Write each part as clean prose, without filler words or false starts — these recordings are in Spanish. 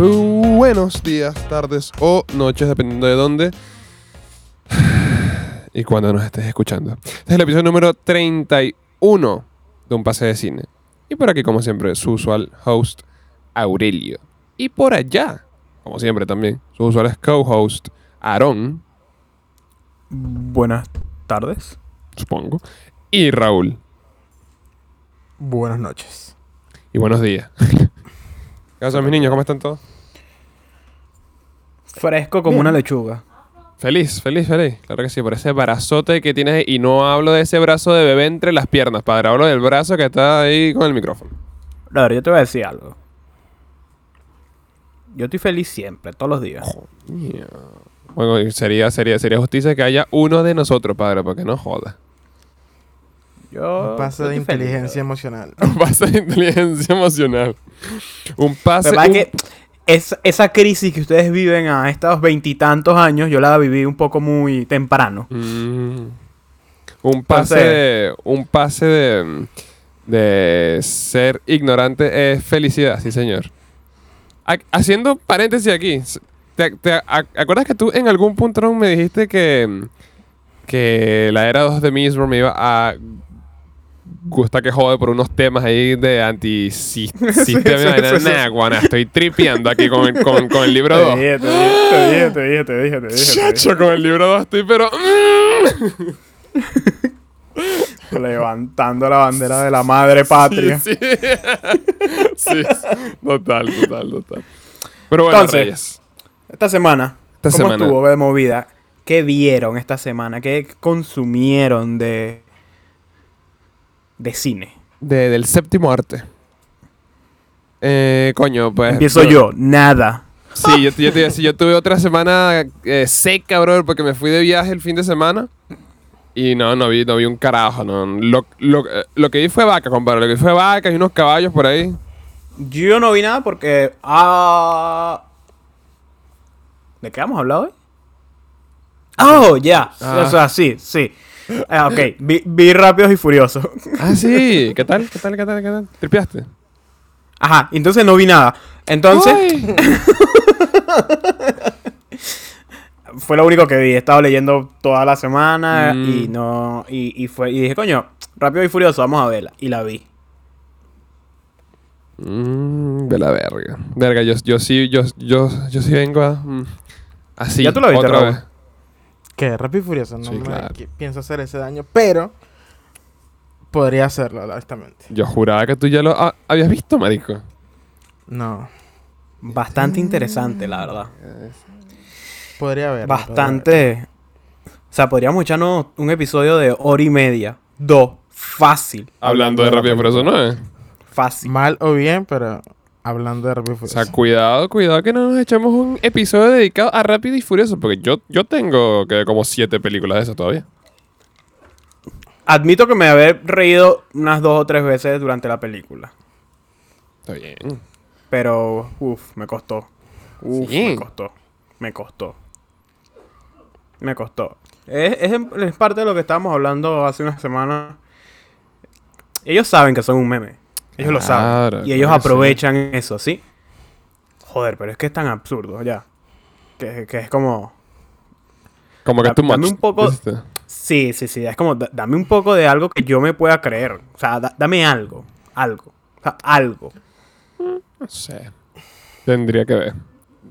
Buenos días, tardes o noches, dependiendo de dónde y cuándo nos estés escuchando. Este es el episodio número 31 de Un Pase de Cine. Y por aquí, como siempre, su usual host, Aurelio. Y por allá, como siempre también, su usual co-host, Aarón. Buenas tardes. Supongo. Y Raúl. Buenas noches. Y buenos días. ¿Qué pasa, mis niños? ¿Cómo están todos? Fresco como una lechuga. Feliz. Claro que sí, por ese brazote que tienes. Y no hablo de ese brazo de bebé entre las piernas, padre. Hablo del brazo que está ahí con el micrófono. A ver, yo te voy a decir algo. Yo estoy feliz siempre, todos los días. Yeah. Bueno, sería justicia que haya uno de nosotros, padre, porque no joda. Yo Un pase de estoy feliz, inteligencia la emocional. Un pase de inteligencia emocional. Un pase... verdad. ¿Verdad que esa crisis que ustedes viven a estos veintitantos años, yo la viví un poco muy temprano. Un pase de ser ignorante es felicidad, sí, señor. Haciendo paréntesis aquí, ¿te acuerdas que tú en algún punto me dijiste que la era 2 de Mismo me iba a gustar que jode por unos temas ahí de antisistema? Sí. Nah, guana, estoy tripeando aquí con el libro 2. Te dije. Chacho, con el libro 2 estoy pero... Levantando la bandera de la madre patria. Sí. Sí, total. Pero bueno, Entonces, Reyes. Esta semana, ¿cómo semana. estuvo de movida? ¿Qué vieron esta semana? ¿Qué consumieron de cine? Del séptimo arte. Coño, pues... Empiezo yo, nada. Sí, yo te iba a decir, yo tuve otra semana seca, bro, porque me fui de viaje el fin de semana. Y no vi un carajo, no. Lo que vi fue vaca, compadre. Lo que vi fue vacas y unos caballos por ahí. Yo no vi nada porque... ¿De qué hemos hablado hoy? ¡Oh, ya! O sea, sí. Ok, vi Rápidos y Furiosos. Ah, sí. ¿Qué tal? ¿Tripeaste? Ajá, entonces no vi nada. Entonces... ¡Ay! Fue lo único que vi. He estado leyendo toda la semana y no... Y dije, coño, Rápido y Furioso, vamos a verla. Y la vi. De la verga. Verga, yo sí vengo a... así, ¿Ya tú la viste, otra Raúl? vez. Que Rápido y Furioso, no Sí, me claro. pienso hacer ese daño, pero podría hacerlo, honestamente. Yo juraba que tú ya lo habías visto, marico. No, Bastante interesante, la verdad. podría haber. Bastante... O sea, podríamos echarnos un episodio de hora y media. 2. Fácil. Hablando de Rápido y Furioso, ¿no es? Fácil. Mal o bien, pero hablando de Rápido y O Furioso. sea, cuidado que no nos echemos un episodio dedicado a Rápido y Furioso, porque yo tengo como 7 películas de esas todavía. Admito que me había reído unas 2 o 3 veces durante la película. Está bien. Pero, me costó. Sí. Me costó. Es parte de lo que estábamos hablando hace unas semanas. Ellos saben que son un meme. Ellos lo Claro, saben. Y ellos claro que aprovechan eso, ¿sí? Joder, pero es que es tan absurdo, ya. Que es como... Como que too much. Dame un poco... ¿Viste? Sí. Es como, dame un poco de algo que yo me pueda creer. O sea, dame algo. O sea, algo. No sé. Tendría que ver.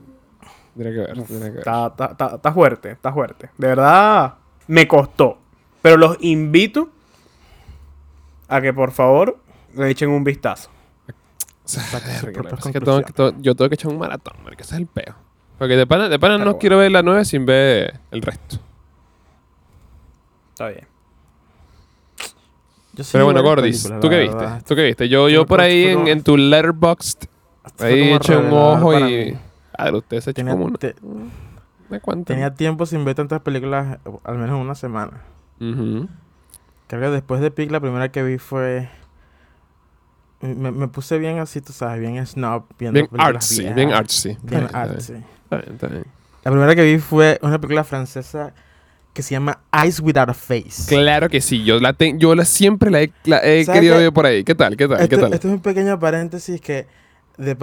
Está fuerte. De verdad, me costó. Pero los invito a que, por favor, le echen un vistazo. O sea, Saca sus verga, propias es que conclusiones. yo tengo que echar un maratón, porque ese es el peo. Porque de pana no bueno. quiero ver la 9 sin ver el resto. Está bien. Yo sí Pero vi bueno, varias Gordis, películas, ¿tú la qué verdad. viste? Yo Fue por como- ahí fue como- en tu Letterboxd, Fue ahí como eché un revelador ojo para y... mí. A ver, usted se echó Tenía, como una... te- ¿De cuánto? tenía tiempo sin ver tantas películas, al menos una semana. Ujú. Creo que después de Pig la primera que vi fue... Me puse bien así, tú sabes, bien snob, viendo Bien películas artsy, viejas. bien artsy. Bien Está bien, artsy. Está bien. La primera que vi fue una película francesa que se llama Eyes Without a Face. Claro que sí, yo siempre la he ¿Sabes querido qué? ver por ahí. ¿Qué tal? Esto es un pequeño paréntesis que de pana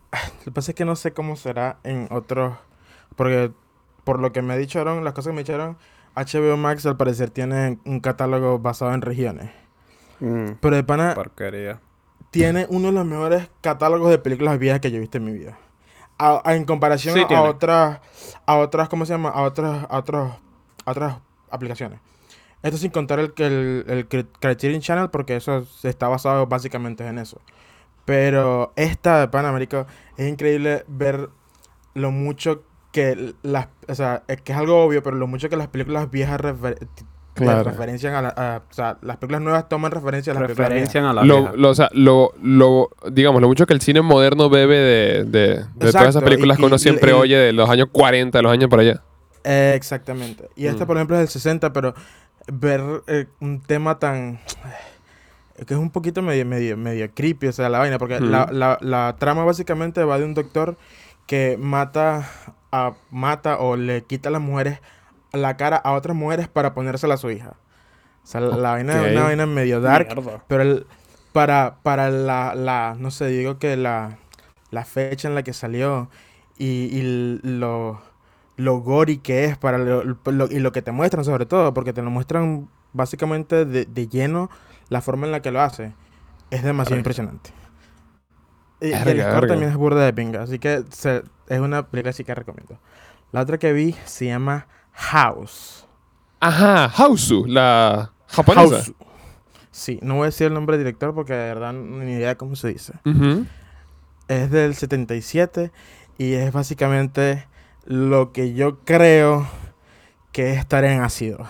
Lo que pasa es que no sé cómo será en otros. Porque por lo que me dijeron, las cosas que me dijeron, HBO Max al parecer tiene un catálogo basado en regiones. Pero de pana Porquería. tiene uno de los mejores catálogos de películas viejas que yo he visto en mi vida. En comparación Sí, a tiene. otras, ¿cómo se llama? A otras aplicaciones. Esto sin contar el Criterion Channel, porque eso está basado básicamente en eso. Pero esta de Panamérica es increíble ver lo mucho que o sea, es que es algo obvio, pero lo mucho que las películas viejas Claro. referencian o sea, las películas nuevas toman referencia a las películas viejas. Referencian a la Lo, vieja. lo, o sea, digamos, lo mucho que el cine moderno bebe de todas esas Exacto, películas que uno siempre oye de los años 40, de los años por allá. Exactamente. Y esta, por ejemplo, es del 60, pero ver un tema tan... que es un poquito medio creepy, o sea, la vaina, porque la trama básicamente va de un doctor que mata o le quita a las mujeres la cara a otras mujeres para ponérsela a su hija. O sea, la vaina es una Ok. vaina medio dark, Mierda. pero para no sé, digo que la fecha en la que salió y lo gory que es y lo que te muestran sobre todo, porque te lo muestran básicamente de lleno la forma en la que lo hace. Es demasiado Verga. impresionante. Y el Verga, score verga. también es burda de pinga, así que es una película así que recomiendo. La otra que vi se llama House. Ajá, Hausu, la japonesa. House. Sí, no voy a decir el nombre del director porque de verdad ni idea cómo se dice. Ujú. Es del 77 y es básicamente lo que yo creo que es estar en ácido.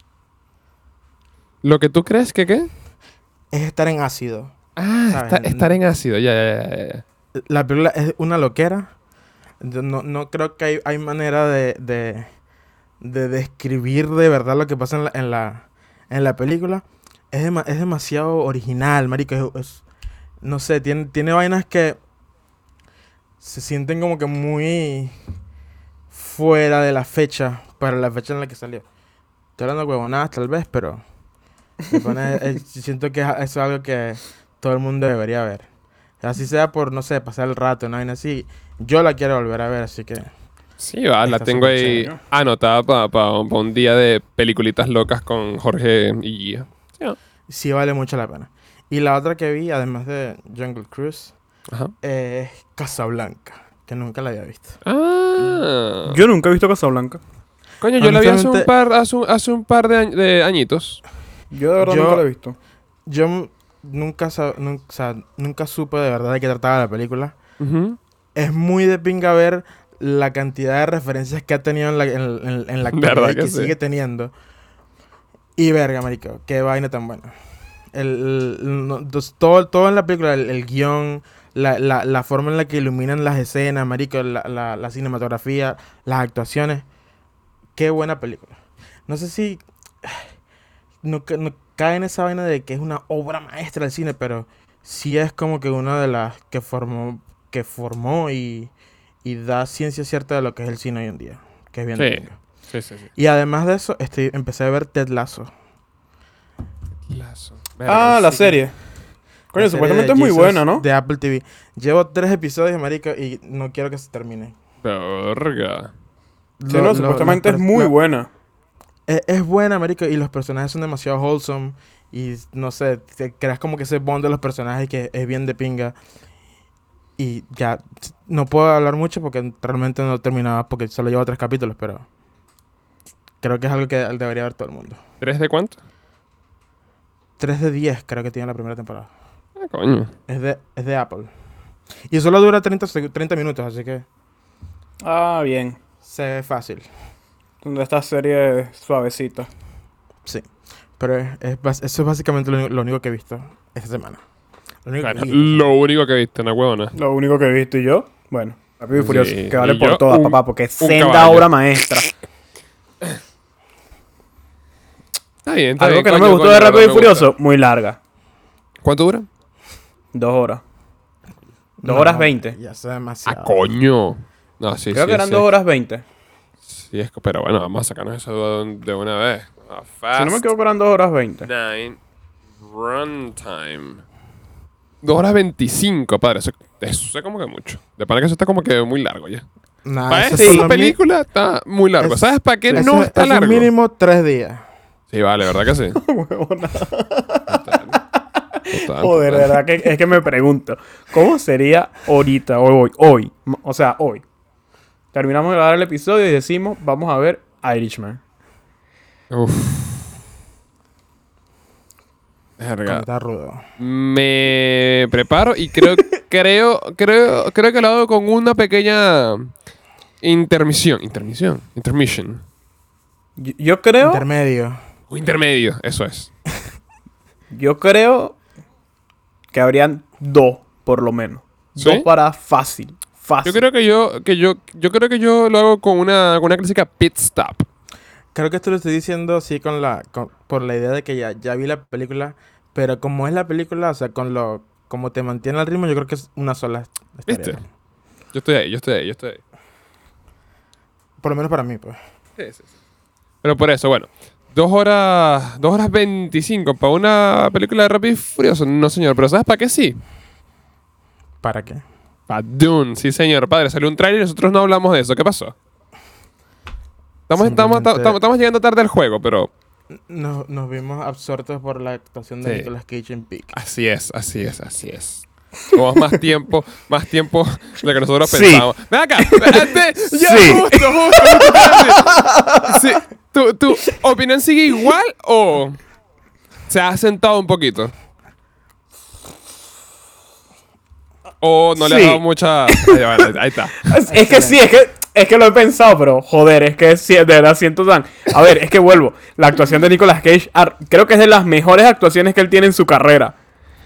¿Lo que tú crees que qué? Es estar en ácido. Ah, ¿Sabes? estar en ácido, ya. La película es una loquera. Yo no creo que hay manera de describir de verdad lo que pasa en la película. Es demasiado original, marico. No sé, tiene vainas que se sienten como que muy fuera de la fecha para la fecha en la que salió. Estoy hablando de huevonadas tal vez, pero siento que es algo que todo el mundo debería ver. Así sea por, no sé, pasar el rato, una vaina así. Yo la quiero volver a ver, así que... Sí, va, la Está tengo súper ahí chévere. anotada para un día de peliculitas locas con Jorge y Gia. Sí, ¿no? Sí vale mucho la pena. Y la otra que vi, además de Jungle Cruise, Ajá. es Casablanca, que nunca la había visto. Ah. Yo nunca he visto Casablanca. Coño, yo la vi hace honestamente- hace un par de añitos. Yo de verdad Yo- nunca la he visto. Yo nunca supe de verdad de qué trataba la película. Ujú. Es muy de pinga ver la cantidad de referencias que ha tenido en la actualidad Verdad y que que sí. sigue teniendo. Y verga, marico, qué vaina tan buena. Todo en la película, el guión, la forma en la que iluminan las escenas, marico, la cinematografía, las actuaciones. Qué buena película. No sé si no cae en esa vaina de que es una obra maestra del cine, pero sí es como que una de las que formó y da ciencia cierta de lo que es el cine hoy en día, que es bien de Sí. pinga. Sí. Y además de eso, empecé a ver Ted Lasso. Lazo. Ah, la sí. serie. Coño, La serie supuestamente de es muy Jesus buena, ¿no? De Apple TV. Llevo 3 episodios, marico, y no quiero que se termine. Verga. Sí, no, supuestamente es muy buena. Es buena, marico, y los personajes son demasiado wholesome. Y no sé, te creas como que ese bond de los personajes que es bien de pinga. Y ya, no puedo hablar mucho porque realmente no terminaba porque solo llevo 3 capítulos, pero creo que es algo que debería ver todo el mundo. ¿3 de cuánto? 3 de 10 creo que tiene la primera temporada. Ah, coño. Es de Apple. Y solo dura 30 minutos, así que Ah, bien. se ve fácil. Donde esta serie es suavecita. Sí. Pero eso es básicamente lo único que he visto esta semana. Lo único que Bueno, vi. lo único que viste, una huevona. Lo único que he visto y yo, bueno, Rápido y Sí, Furioso, que vale y por yo, todas, papá, porque es un senda caballo. obra maestra. Está bien, está Algo bien. que no me coño, gustó coño, de no Rápido y me Furioso, gusta. muy larga. ¿Cuánto dura? 2 horas. 2 No, horas 20. Ya es demasiado. Ah, coño. No, sí, Creo sí. que eran sí. 2 horas 20. Sí, pero bueno, vamos a sacarnos eso de una vez. Si no me equivoco, eran 2 horas 20. 9 runtime. 2 horas 25, padre. Eso Eso sé como que mucho. De pana que eso está como que muy largo ya. Nah, Para eso esa solo película está muy largo. es- ¿Sabes para qué eso- no está eso largo? mínimo 3 días. Sí, vale, ¿verdad que sí? Huevona. Total. Joder, de verdad que es que me pregunto, ¿cómo sería ahorita, hoy? O sea, hoy. Terminamos de grabar el episodio y decimos, vamos a ver Irishman. Uf. Como Verga. está rudo. Me preparo y creo que lo hago con una pequeña intermission. Yo creo, Intermedio. O intermedio, eso es. yo creo que habrían dos, por lo menos. ¿Sí? Dos paradas fácil. Yo creo que yo creo que yo lo hago con una clásica pit stop. Creo que esto lo estoy diciendo así por la idea de que ya vi la película, pero como es la película, o sea, como te mantiene al ritmo, yo creo que es una sola estaría ¿Viste? bien. Yo estoy ahí. Por lo menos para mí, pues. Sí. Pero por eso, bueno. 2 horas 25 para una película de Rápido y Furioso. No, señor. Pero ¿sabes para qué sí? ¿Para qué? Para Dune. Sí, señor. Padre, salió un tráiler y nosotros no hablamos de eso. ¿Qué pasó? Estamos llegando tarde al juego, pero... Nos vimos absortos por la actuación de Sí. Nicolas Cage en Peak. Así es. Como más tiempo de lo que nosotros Sí. pensábamos. Ven acá, espérate. Ya, Sí. justo. Sí. ¿Tu opinión sigue igual o se ha sentado un poquito? ¿O no le Sí. ha dado mucha...? Ahí está. Es que sí, es que lo he pensado, pero joder, es que sí, de verdad siento tan... A ver, es que vuelvo. La actuación de Nicolas Cage creo que es de las mejores actuaciones que él tiene en su carrera.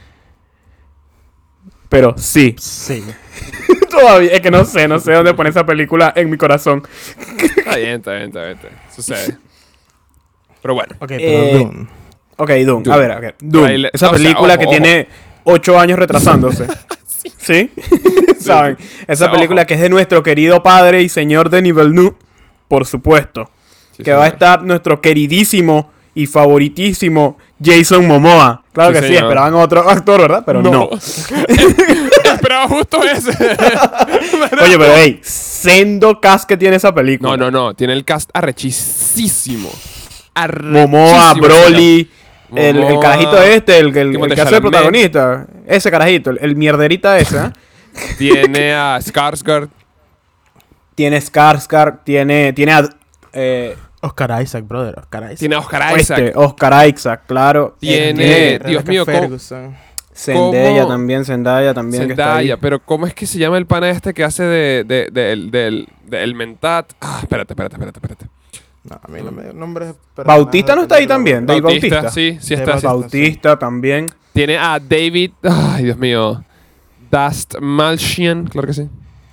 Pero sí. Sí. Todavía, es que no sé dónde pone esa película en mi corazón. Está bien. Sucede. Pero bueno. Ok, Eh, pero Dune. Ok, Dune. Dune. A ver. Dune. Trailer- Esa o sea, película ojo, que ojo. tiene 8 años retrasándose. ¿Sí? ¿Saben? Esa sea, película ojo. que es de nuestro querido padre y señor Denis Villeneuve, por supuesto. Sí, Que va a señor. estar nuestro queridísimo y favoritísimo Jason Momoa. Claro Sí, que sí, señor. esperaban a otro actor, ¿verdad? Pero no. Esperaba justo ese. Oye, pero hey, sendo cast que tiene esa película. No. Tiene el cast arrechísimo. Momoa, Broly, el Momoa, carajito este, el que Timothée hace el Chalamet. protagonista. Ese carajito, el mierderita ese, ¿eh? Tiene a Skarsgård. Tiene Skarsgård, tiene a Oscar Isaac, brother. Oscar Isaac. Tiene a Oscar Isaac. Oscar Isaac, claro. Tiene, Rebecca Dios mío, Ferguson. Zendaya ¿cómo? también, Zendaya también. que está ahí. Zendaya, pero ¿cómo es que se llama el pana este que hace de el Mentat? Ah, espérate. No, a mí no me dio nombres. Bautista no está ahí también. Dave Bautista. Sí Dave está. Bautista. Bautista también. Tiene a David, ay Dios mío, Dastmalchian, claro que sí.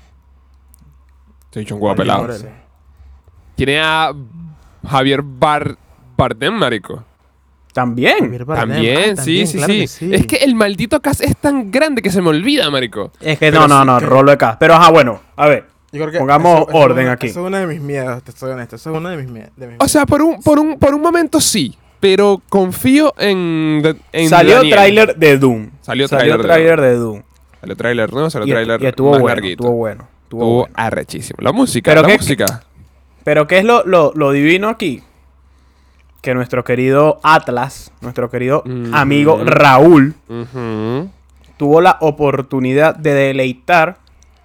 Estoy dicho un huevo pelado. Morel. Tiene a Javier Bardem, marico. También. Javier Bardem. También, Ah, sí. claro que sí. Es que el maldito cast es tan grande que se me olvida, marico. Es que Pero no, que- rolo de acá. Pero ajá, bueno, a ver. Yo creo que Pongamos orden aquí. Eso es uno de mis miedos, te soy honesto. Eso es uno de mis miedos. O sea, por un momento sí, pero confío en Salió Daniel. tráiler de Doom. Salió tráiler tráiler de Doom. Salió tráiler, ¿no? Salió Y tráiler estuvo más bueno, larguito. estuvo bueno. Estuvo arrechísimo. La música, Pero la qué- música. Pero ¿qué es lo divino aquí? Que nuestro querido Atlas, nuestro querido amigo Raúl, Ujú. tuvo la oportunidad de deleitar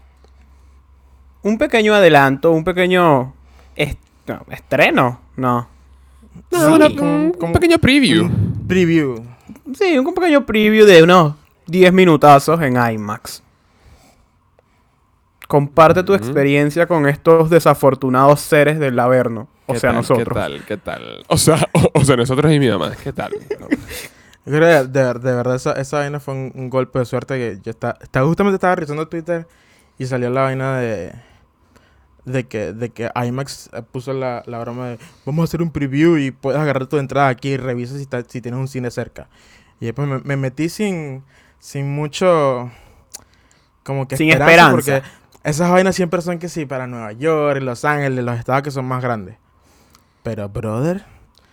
un pequeño adelanto, un pequeño estreno, no. No, Sí, un como- pequeño preview. Preview. Sí, un pequeño preview de unos 10 minutazos en IMAX. Comparte tu experiencia con estos desafortunados seres del Averno. O ¿Qué sea, tal, nosotros. ¿Qué tal? O sea, nosotros y mi mamá. ¿Qué tal? Yo creo que de verdad esa vaina fue un golpe de suerte que yo justamente estaba revisando Twitter y salió la vaina de que IMAX puso la broma de vamos a hacer un preview y puedes agarrar tu entrada aquí y revisas si tienes un cine cerca. Y después me metí sin mucho como que Sin esperanza, esperanza. porque esas vainas siempre son que sí para Nueva York, Los Ángeles, los estados que son más grandes. Pero brother,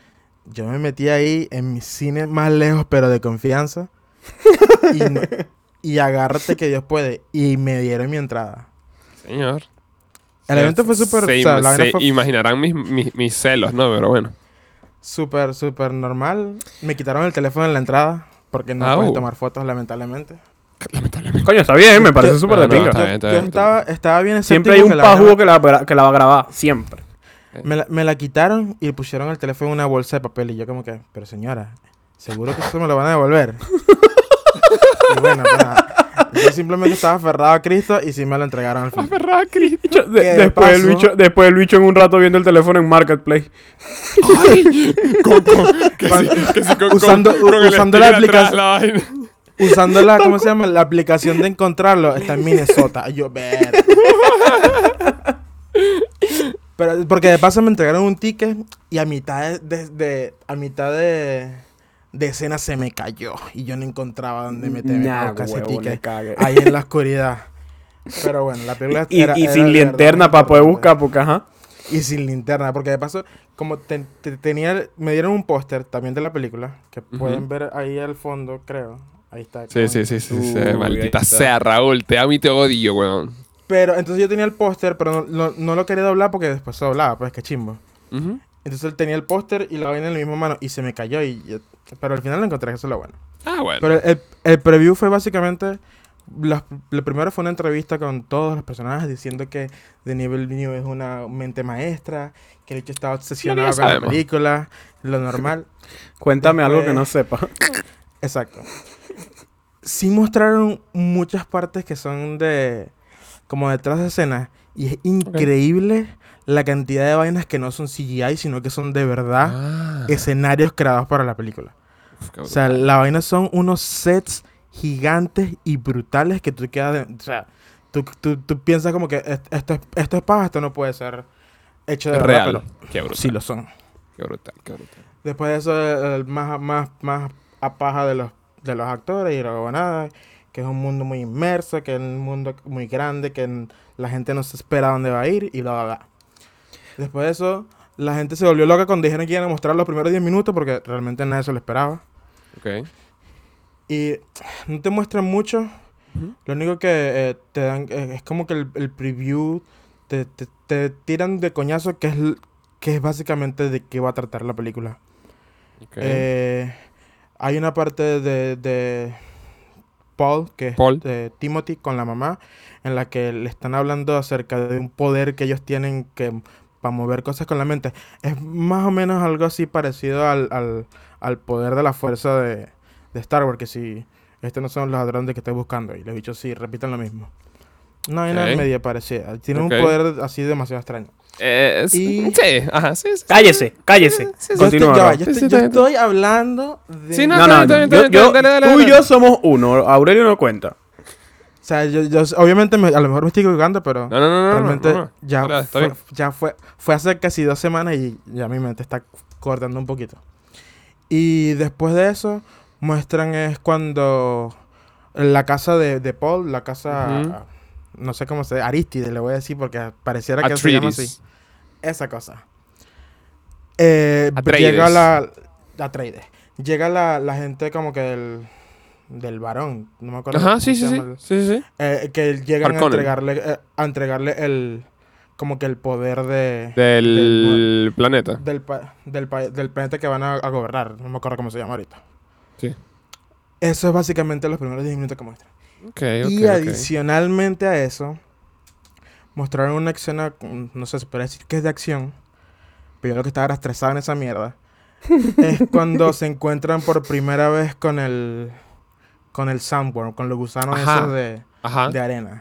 yo me metí ahí en mi cine más lejos pero de confianza y agárrate que Dios puede. Y me dieron mi entrada. Señor. El evento fue súper... Se, o sea, la vaina se fue imaginarán mis celos, ¿no? Pero bueno. súper, súper normal. Me quitaron el teléfono en la entrada porque no puedes tomar fotos, lamentablemente. Coño, está bien, me parece súper de no, pinga. está bien, está Yo bien. estaba bien Siempre hay escéptico un que la vaina- pajugo que la va a grabar. Siempre. Me la quitaron y pusieron el teléfono en una bolsa de papel. Y yo como que, pero señora, ¿seguro que eso me lo van a devolver? Y bueno, pues nada. Yo simplemente estaba aferrado a Cristo y sí me lo entregaron al final. Aferrado a Cristo. Después el bicho en un rato viendo el teléfono en Marketplace. Usando la aplicación. aplicación. Usando la, ¿cómo se llama? La aplicación de encontrarlo está en Minnesota. Y yo, ver. Pero porque de paso me entregaron un ticket y a mitad de escena se me cayó y yo no encontraba dónde meterme para buscar ese ticket ahí en la oscuridad. Pero bueno, la película Y era sin de linterna verdad para poder importante. buscar, porque ajá. Y sin linterna, porque de paso, como me dieron un póster también de la película, que pueden ver ahí al fondo, creo. Ahí está. Sí. Maldita ahí está. sea, Raúl. Te amo y te odio, weón. Pero entonces yo tenía el póster, pero no lo quería doblar porque después se doblaba, pues qué chimbo. Ujú. Entonces él tenía el póster y la vaina en la misma mano y se me cayó pero al final lo encontré, eso es lo bueno. Ah, bueno. Pero el preview fue básicamente... Lo primero fue una entrevista con todos los personajes diciendo que Denis Villeneuve es una mente maestra, que el hecho estaba obsesionado Lo que con la sabemos. película, lo normal. Cuéntame algo que Después- no sepa. Exacto. Sí mostraron muchas partes que son como detrás de escena y es increíble la cantidad de vainas que no son CGI, sino que son de verdad Ah. escenarios creados para la película. Uf, qué O sea, la vaina son unos sets gigantes y brutales que tú quedas... o sea, tú piensas como que esto es paja, esto no puede ser hecho de verdad, real. pero Qué brutal. sí lo son. Qué brutal, qué brutal. Después de eso, más a paja de los actores y luego nada, que es un mundo muy inmerso, que es un mundo muy grande, que la gente no se espera dónde va a ir y bla. Después de eso, la gente se volvió loca cuando dijeron que iban a mostrar los primeros 10 minutos porque realmente nadie se lo esperaba. Ok. Y no te muestran mucho. Ujú. Lo único que te dan es como que el preview te tiran de coñazo que es básicamente de qué va a tratar la película. Ok. Hay una parte de Paul, que es Paul. de Timothy con la mamá, en la que le están hablando acerca de un poder que ellos tienen que para mover cosas con la mente. Es más o menos algo así parecido al poder de la fuerza de Star Wars, que si estos no son los ladrones que estoy buscando, y los bichos sí repiten lo mismo. No hay nada Ok. media parecida. Tiene Ok. un poder así demasiado extraño. Y- Sí, ajá, sí. Cállese. Continúa. Raúl. Sí, Yo está bien. estoy hablando de... Sí, no, No, está bien, está bien, dale, tú y dale. yo somos uno. Aurelio no cuenta. O sea, yo obviamente a lo mejor me estoy equivocando, pero No, realmente no. ya, Dale, está bien. fue hace casi 2 semanas y ya mi mente está cortando un poquito. Y después de eso, muestran es cuando la casa de Paul, la casa, Ujú. no sé cómo se Aristide, le voy a decir porque pareciera que se llama así. Atreides. Esa cosa. Atreides. Llega Atreides. Llega la gente como que del varón, no me acuerdo. Ajá, cómo sí. se llama el- Sí. que llegan Harkonnen. a entregarle como que el poder Del planeta. del planeta que van a gobernar. No me acuerdo cómo se llama ahorita. Sí. Eso es básicamente los primeros 10 minutos que muestran. Ok. Y adicionalmente a eso, mostraron una escena, no sé si puede decir que es de acción, pero yo lo que estaba era estresado en esa mierda. Es cuando se encuentran por primera vez con el sandworm, con los gusanos Ajá. esos Ajá. de arena.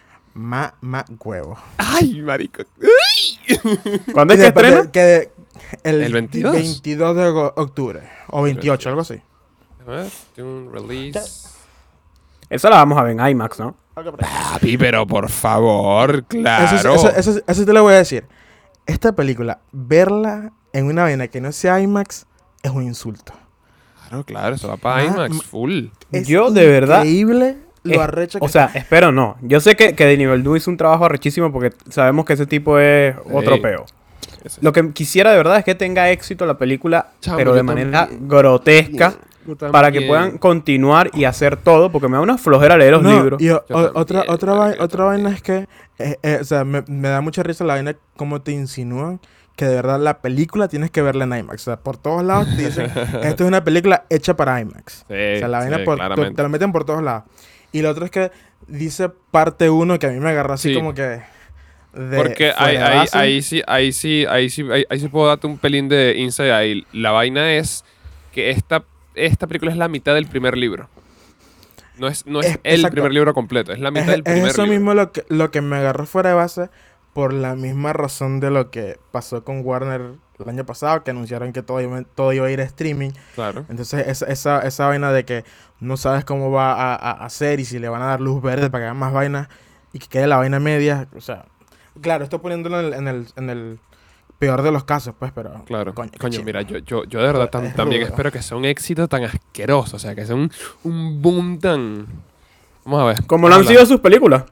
Huevo. Ay, marico. ¿Cuándo es que después estrena? El ¿El 22? 22 de octubre. O 28, algo así. A ver, un release. Esa la vamos a ver en IMAX, ¿no? Papi, pero por favor, claro. Eso te lo voy a decir. Esta película, verla en una vaina que no sea IMAX, es un insulto. Claro, eso va para Ah, IMAX, full. Es Yo, de verdad, increíble lo arrecho que O sea, espero no. Yo sé que Denis Villeneuve hizo un trabajo arrechísimo porque sabemos que ese tipo es otro Sí. peo. Ese. Lo que quisiera de verdad es que tenga éxito la película, Chamo, pero de yo manera grotesca. para que puedan continuar y hacer todo, porque me da una flojera leer los libros. Y otra vaina es que, o sea, me da mucha risa la vaina como te insinúan que de verdad la película tienes que verla en IMAX. O sea, por todos lados te dicen, esto es una película hecha para IMAX. Sí, o sea, la vaina claramente. te la meten por todos lados. Y lo otro es que dice parte 1 que a mí me agarró así como que... Porque ahí sí puedo darte un pelín de insight ahí. La vaina es que esta película es la mitad del primer libro. No es el primer libro completo, es la mitad del primer libro. Eso mismo lo que me agarró fuera de base por la misma razón de lo que pasó con Warner el año pasado, que anunciaron que todo iba a ir a streaming. Claro. Entonces esa vaina de que no sabes cómo va a hacer y si le van a dar luz verde para que hagan más vainas y que quede la vaina media, o sea... Claro, estoy poniéndolo en el peor de los casos, pues, pero... Claro. Coño, mira, yo de Es verdad también rudo. espero que sea un éxito tan asqueroso. O sea, que sea un boom tan... Vamos a ver. Como lo han Ojalá. sido sus películas.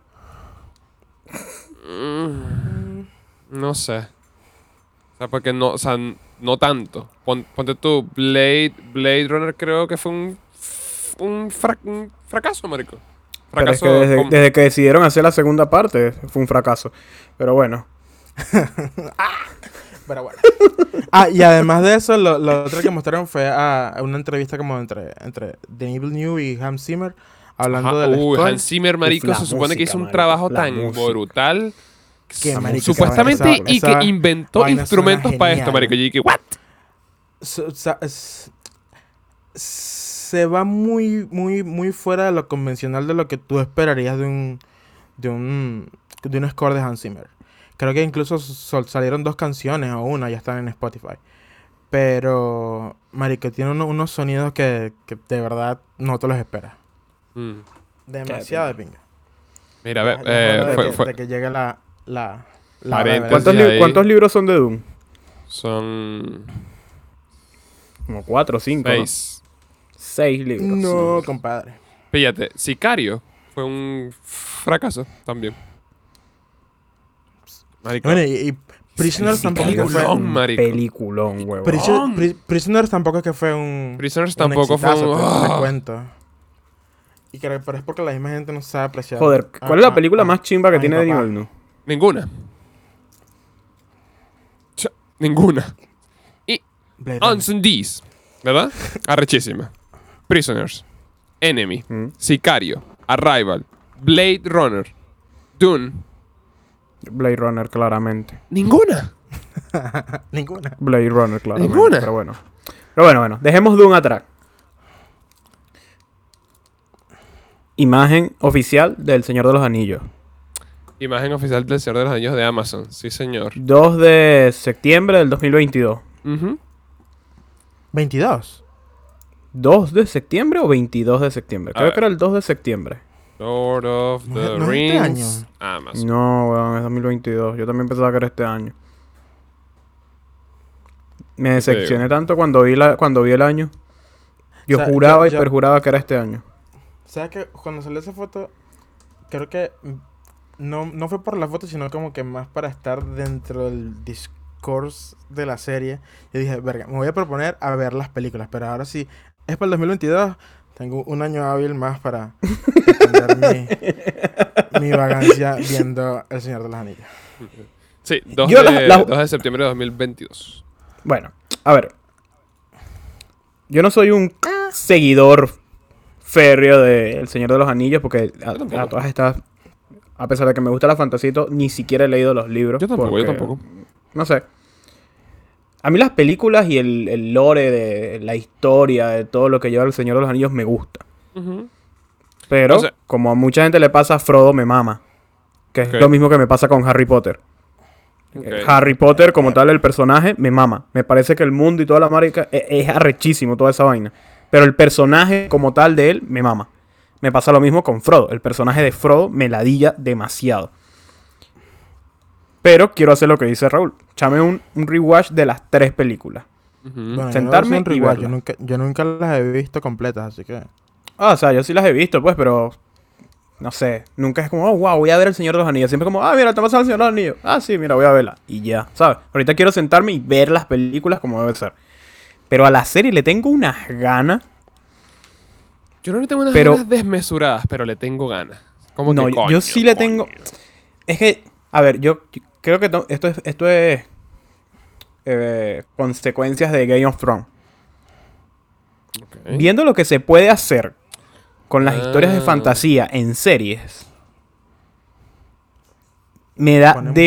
No sé. O sea, porque no... O sea, no tanto. Ponte tú, Blade Runner creo que fue un fracaso, marico. Pero es Fracaso que desde que decidieron hacer la segunda parte, fue un fracaso. Pero bueno. Pero bueno. Y además de eso, lo otro que mostraron fue una entrevista como entre Denis Villeneuve y Hans Zimmer, hablando del score. Hans Zimmer, marico, La se supone que música, hizo un marico, trabajo la tan música. brutal. Que, marico, Supuestamente esa- y esa que inventó vaina instrumentos suena para esto, genial. marico. Y que, ¿what? Se va muy, muy, muy fuera de lo convencional de lo que tú esperarías de un score de Hans Zimmer. Creo que incluso salieron 2 canciones o una, ya están en Spotify. Pero, marico, tiene unos sonidos que de verdad no te los esperas. Mm. Demasiado de pinga. Mira, a Ya ver, es hora fue de que llegue la Paréntesis. hora de ver. Ahí. ¿Cuántos libros son de Dune? son Como 4 o 5. 6. 6 libros. No, compadre. Fíjate, Sicario fue un fracaso también. Marico. Bueno, y Prisoners tampoco es que fue... peliculón, marico. Peliculón, huevo. Prisoners tampoco es que fue un... Prisoners un tampoco fue exitazo, un... pues, te ¡Ah! cuento. Y creo, pero es porque la misma gente no sabe apreciar. Joder, ¿cuál es la película más chimba que tiene Denis Villeneuve? Ninguna. Ninguna. Y Blade Runner. Unseen These, ¿verdad? Arrechísima. Prisoners. Enemy. Sicario. Arrival. Blade Runner. Dune. Blade Runner, claramente. Ninguna. Ninguna. Blade Runner, claramente. Ninguna. Pero bueno. Dejemos Dune atrás. Imagen oficial del Señor de los Anillos. Imagen oficial del Señor de los Anillos de Amazon. Sí, señor. 2 de septiembre del 2022. Ujú. 22. ¿2 de septiembre o 22 de septiembre? Creo ver. que era el 2 de septiembre. Lord of the ¿No es este Rings. año? Amazon. No, weón, es 2022. Yo también pensaba que era este año. Me decepcioné tanto cuando vi el año. Yo O sea, juraba y yo- perjuraba que era este año. ¿Sabes qué? Cuando salió esa foto, creo que no fue por la foto, sino como que más para estar dentro del discourse de la serie. Yo dije, verga, me voy a proponer a ver las películas, pero ahora sí, es para el 2022, tengo un año hábil más para extender mi vagancia viendo El Señor de los Anillos. Sí, 2 Yo de, la- 2 de septiembre de 2022. Bueno, a ver. Yo no soy un seguidor férreo de El Señor de los Anillos porque tampoco. a todas estas, a pesar de que me gusta la fantasía, y todo, ni siquiera he leído los libros. Yo tampoco, porque, yo tampoco. No sé. A mí las películas y el lore de la historia, de todo lo que lleva El Señor de los Anillos me gusta. Ujú. Pero, O sea- como a mucha gente le pasa, Frodo me mama. Que es Ok. lo mismo que me pasa con Harry Potter. Ok. Harry Potter, como tal, el personaje, me mama. Me parece que el mundo y toda la marica es arrechísimo, toda esa vaina. Pero el personaje como tal de él, me mama. Me pasa lo mismo con Frodo. El personaje de Frodo me ladilla demasiado. Pero quiero hacer lo que dice Raúl. Chame un rewatch de las 3 películas. Ujú. Bueno, Sentarme yo no y igual, verla. yo nunca las he visto completas, así que... O sea, yo sí las he visto, pues, pero... No sé. Nunca es como, oh, wow, voy a ver El Señor de los Anillos. Siempre como, ah, mira, te pasa El Señor de los Anillos. Ah, sí, mira, voy a verla. Y ya, ¿sabes? Ahorita quiero sentarme y ver las películas como debe ser. Pero a la serie le tengo unas ganas. Yo no le tengo unas Pero- ganas desmesuradas, pero le tengo ganas. Como No, que yo sí le coño. tengo... Es que, a ver, yo creo que esto es consecuencias de Game of Thrones. Ok. Viendo lo que se puede hacer con las historias de Ah. fantasía en series, me da Ponemos-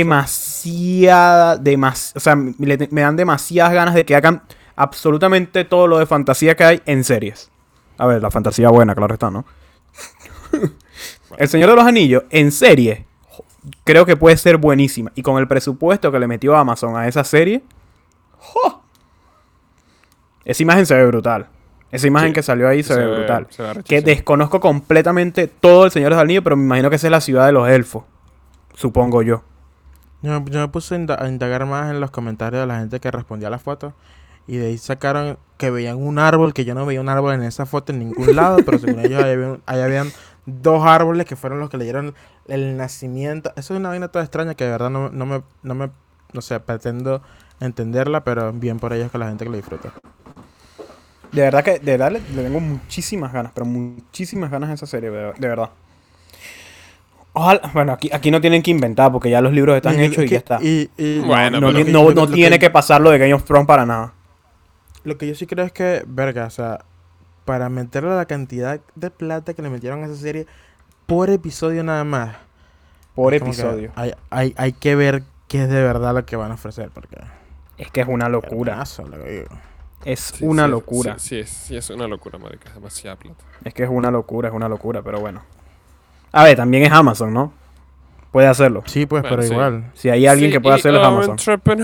o sea, me dan demasiadas ganas de que hagan absolutamente todo lo de fantasía que hay en series. A ver, la fantasía buena, claro está, ¿no? El Señor de los Anillos, en serie, creo que puede ser buenísima. Y con el presupuesto que le metió Amazon a esa serie, ¡jo! Esa imagen se ve brutal. Esa imagen Sí, que salió ahí se ve brutal. se ve Que arrechísimo. desconozco completamente todo el Señor de los Anillos, pero me imagino que esa es la ciudad de los elfos. Supongo yo. Yo me puse a indagar más en los comentarios de la gente que respondía a las fotos. Y de ahí sacaron que veían un árbol, que yo no veía un árbol en esa foto en ningún lado. Pero según ellos, ahí habían 2 árboles que fueron los que le dieron el nacimiento. Eso es una vaina toda extraña que de verdad no sé, pretendo entenderla. Pero bien por ellos, que la gente que lo disfruta. De verdad que le tengo muchísimas ganas, pero muchísimas ganas a esa serie, de verdad. Ojalá, bueno, aquí no tienen que inventar porque ya los libros están hechos y ya está. Bueno, no pero- no tiene que pasar lo de Game of Thrones para nada. Lo que yo sí creo es que, verga, o sea, para meterle la cantidad de plata que le metieron a esa serie por episodio nada más. Por es como que episodio. hay que ver qué es de verdad lo que van a ofrecer, porque... Es que es una locura. hermanazo, lo que digo. Es Sí, una sí, locura. Sí, es una locura, marica. Es demasiada plata. Es que es una locura, pero bueno. A ver, también es Amazon, ¿no? Puede hacerlo. Sí, pues, Bueno, pero sí. igual. Si hay alguien que pueda hacerlo es Amazon. Entrepreneur.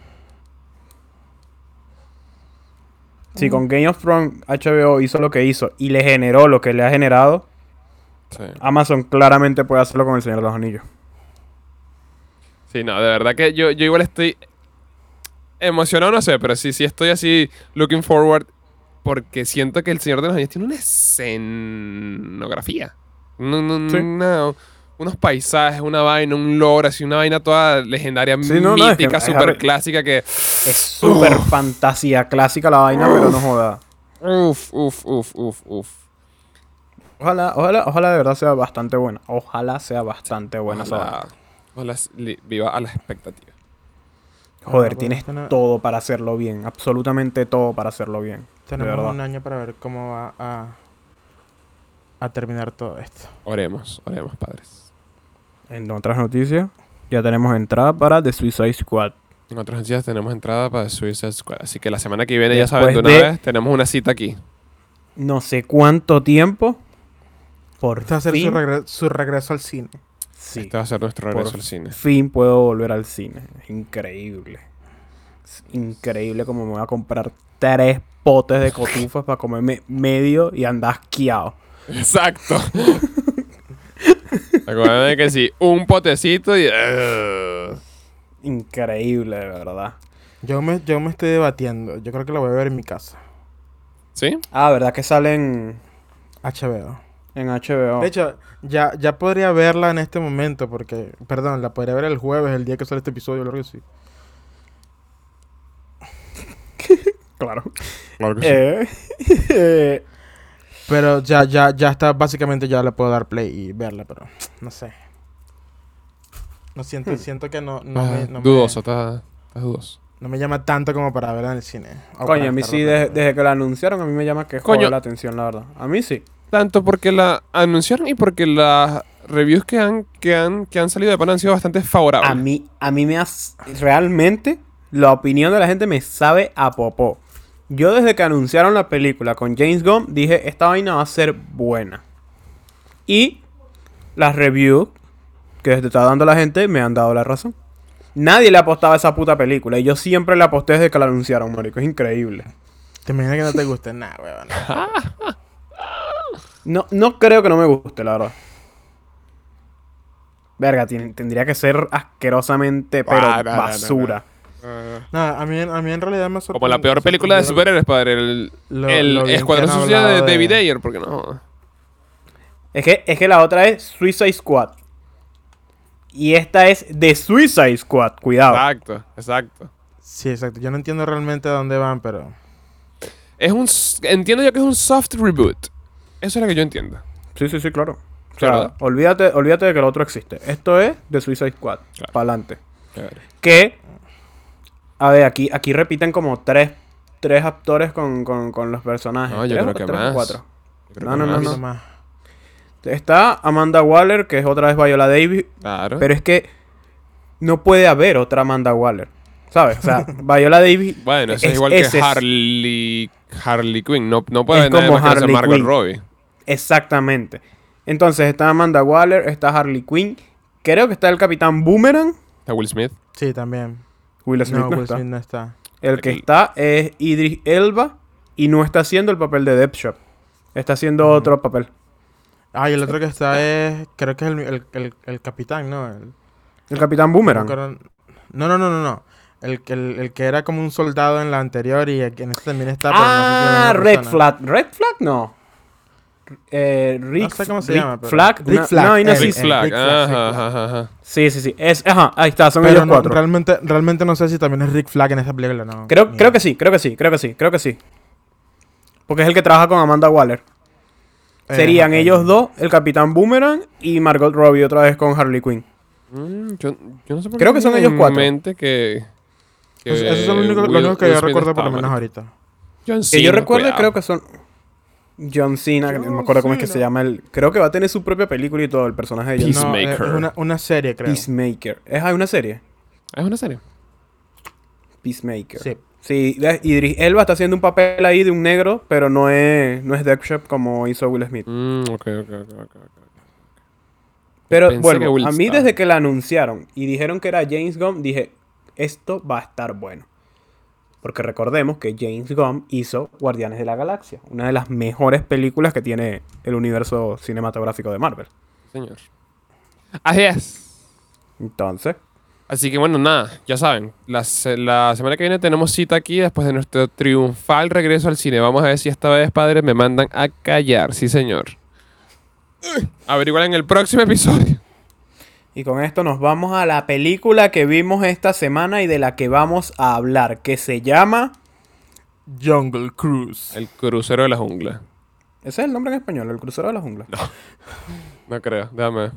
Si con Game of Thrones HBO hizo lo que hizo y le generó lo que le ha generado, Sí. Amazon claramente puede hacerlo con El Señor de los Anillos. Sí, no, de verdad que yo igual estoy emocionado, no sé, pero sí estoy así looking forward porque siento que El Señor de los Anillos tiene una escenografía. Sí. Unos paisajes, una vaina, un lore, así una vaina toda legendaria, Sí, no, es que mítica, es súper arre- clásica que... Es súper fantasía clásica la vaina, pero no joda. Uf. Ojalá de verdad sea bastante buena. Ojalá sea bastante buena esa vaina. Ojalá viva a la expectativa. Joder, Ah, tienes bueno, todo para hacerlo bien. Absolutamente todo para hacerlo bien. De Tenemos verdad. un año para ver cómo va a terminar todo esto. Oremos, padres. En otras noticias, ya tenemos entrada para The Suicide Squad. En otras noticias tenemos entrada para Suicide Squad. Así que la semana que viene, ya Después saben, de una de- vez, tenemos una cita aquí. No sé cuánto tiempo. Por Este va a ser fin, su regreso al cine. sí, Este va a ser nuestro regreso por al cine. fin puedo volver al cine. Es increíble. Es increíble como me voy a comprar 3 potes de cotufas para comerme medio y andar asqueado. Exacto. Acuérdate que sí, un potecito y... Increíble, de verdad. Yo me estoy debatiendo. Yo creo que la voy a ver en mi casa. ¿Sí? Ah, ¿verdad que sale en HBO. HBO? De hecho, ya podría verla en este momento porque... Perdón, la podría ver el jueves, el día que sale este episodio, lo que sí. Claro. Claro que sí. Pero ya está, básicamente ya le puedo dar play y verla, pero no sé. No siento que no Dudoso, estás dudoso. no me llama tanto como para verla en el cine. O Coño, para a mí estar sí, rotando. desde que la anunciaron, a mí me llama que Coño. joder la atención, la verdad. A mí sí. Tanto porque la anunciaron y porque las reviews que han salido de pana han sido bastante favorables. A mí me hace... Realmente, la opinión de la gente me sabe a popó. Yo desde que anunciaron la película con James Gunn, dije, esta vaina va a ser buena. Y las reviews que te está dando la gente me han dado la razón. Nadie le apostaba a esa puta película. Y yo siempre le aposté desde que la anunciaron, marico. Es increíble. ¿Te imaginas que no te guste? Nah, weón. No creo que no me guste, la verdad. Verga, tendría que ser asquerosamente, pero Ah, no, basura. Nah, a mí en realidad me Como la peor película de superhéroes, padre. El lo bien Escuadrón que han Suicida de hablado de- David Ayer, porque no. Es que la otra es Suicide Squad. Y esta es The Suicide Squad. Cuidado. Exacto. Sí, exacto. Yo no entiendo realmente a dónde van, pero... Entiendo yo que es un soft reboot. Eso es lo que yo entiendo. Sí, sí, sí, claro. O sea, Claro. olvídate de que el otro existe. Esto es de Suicide Squad. Claro. Para adelante. Chévere. Que, a ver, aquí repiten como tres actores con los personajes. No, yo ¿Tres creo o- que tres o más. cuatro? Yo creo No, que no, Un no, más. poquito no. más. Está Amanda Waller, que es otra vez Viola Davis. Claro. Pero es que no puede haber otra Amanda Waller. ¿Sabes? O sea, Viola Davis. Bueno, eso es igual que ese es- Harley Quinn. No puede Es haber nadie como más que no sea Harley Margot Quinn. Robbie. Exactamente. Entonces está Amanda Waller, está Harley Quinn. Creo que está el Capitán Boomerang. Está Will Smith. Sí, también. Will Smith no, Will está. Smith no está. El que El- está es Idris Elba y no está haciendo el papel de Deathshot. Está haciendo otro papel. Ah, y el otro que está es... Creo que es el capitán, ¿no? El Capitán No, me Boomerang. acuerdo- no. El que era como un soldado en la anterior y en este también está. pero no sé si es la Ah, misma Red persona. Flag. ¿Red Flag? No. Rick, No sé cómo se Rick llama, pero- Flag. Rick una- Flag, una vaina así. Rick Flag. Rick Flag, Ajá, Rick Flag. ajá, ajá. Sí, sí, sí. Ajá, ahí está, son Pero ellos no, cuatro. realmente no sé si también es Rick Flag en esta película, no. Creo que sí, creo que sí. Porque es el que trabaja con Amanda Waller. Serían ellos dos, el Capitán Boomerang y Margot Robbie otra vez con Harley Quinn. Yo no sé por Creo qué que son tengo ellos en cuatro. mente que Esos son los únicos que Will yo Smith recuerdo por estaba lo menos muerto. ahorita. John Que Cena, yo recuerdo, cuidado. creo que son John Cena, que no me acuerdo cómo es que se llama el. Creo que va a tener su propia película y todo, el personaje de John Cena. No, Peacemaker. es una serie, creo. Peacemaker. ¿Es una serie? Es una serie. Peacemaker. Sí. Sí, Idris Elba está haciendo un papel ahí de un negro, pero no es Deathshot como hizo Will Smith. Ok. Pero Pensé bueno, que Will a mí estaba. desde que la anunciaron y dijeron que era James Gunn, dije, esto va a estar bueno. Porque recordemos que James Gunn hizo Guardianes de la Galaxia, una de las mejores películas que tiene el universo cinematográfico de Marvel. Señor. Así es. Entonces, Así que bueno, nada, ya saben, la semana que viene tenemos cita aquí después de nuestro triunfal regreso al cine. Vamos a ver si esta vez, padres, me mandan a callar. Sí, señor. Averiguar en el próximo episodio. y con esto nos vamos a la película que vimos esta semana y de la que vamos a hablar, que se llama... Jungle Cruise. El crucero de la jungla. Ese es el nombre en español, El Crucero de la Jungla. No creo, déjame ver.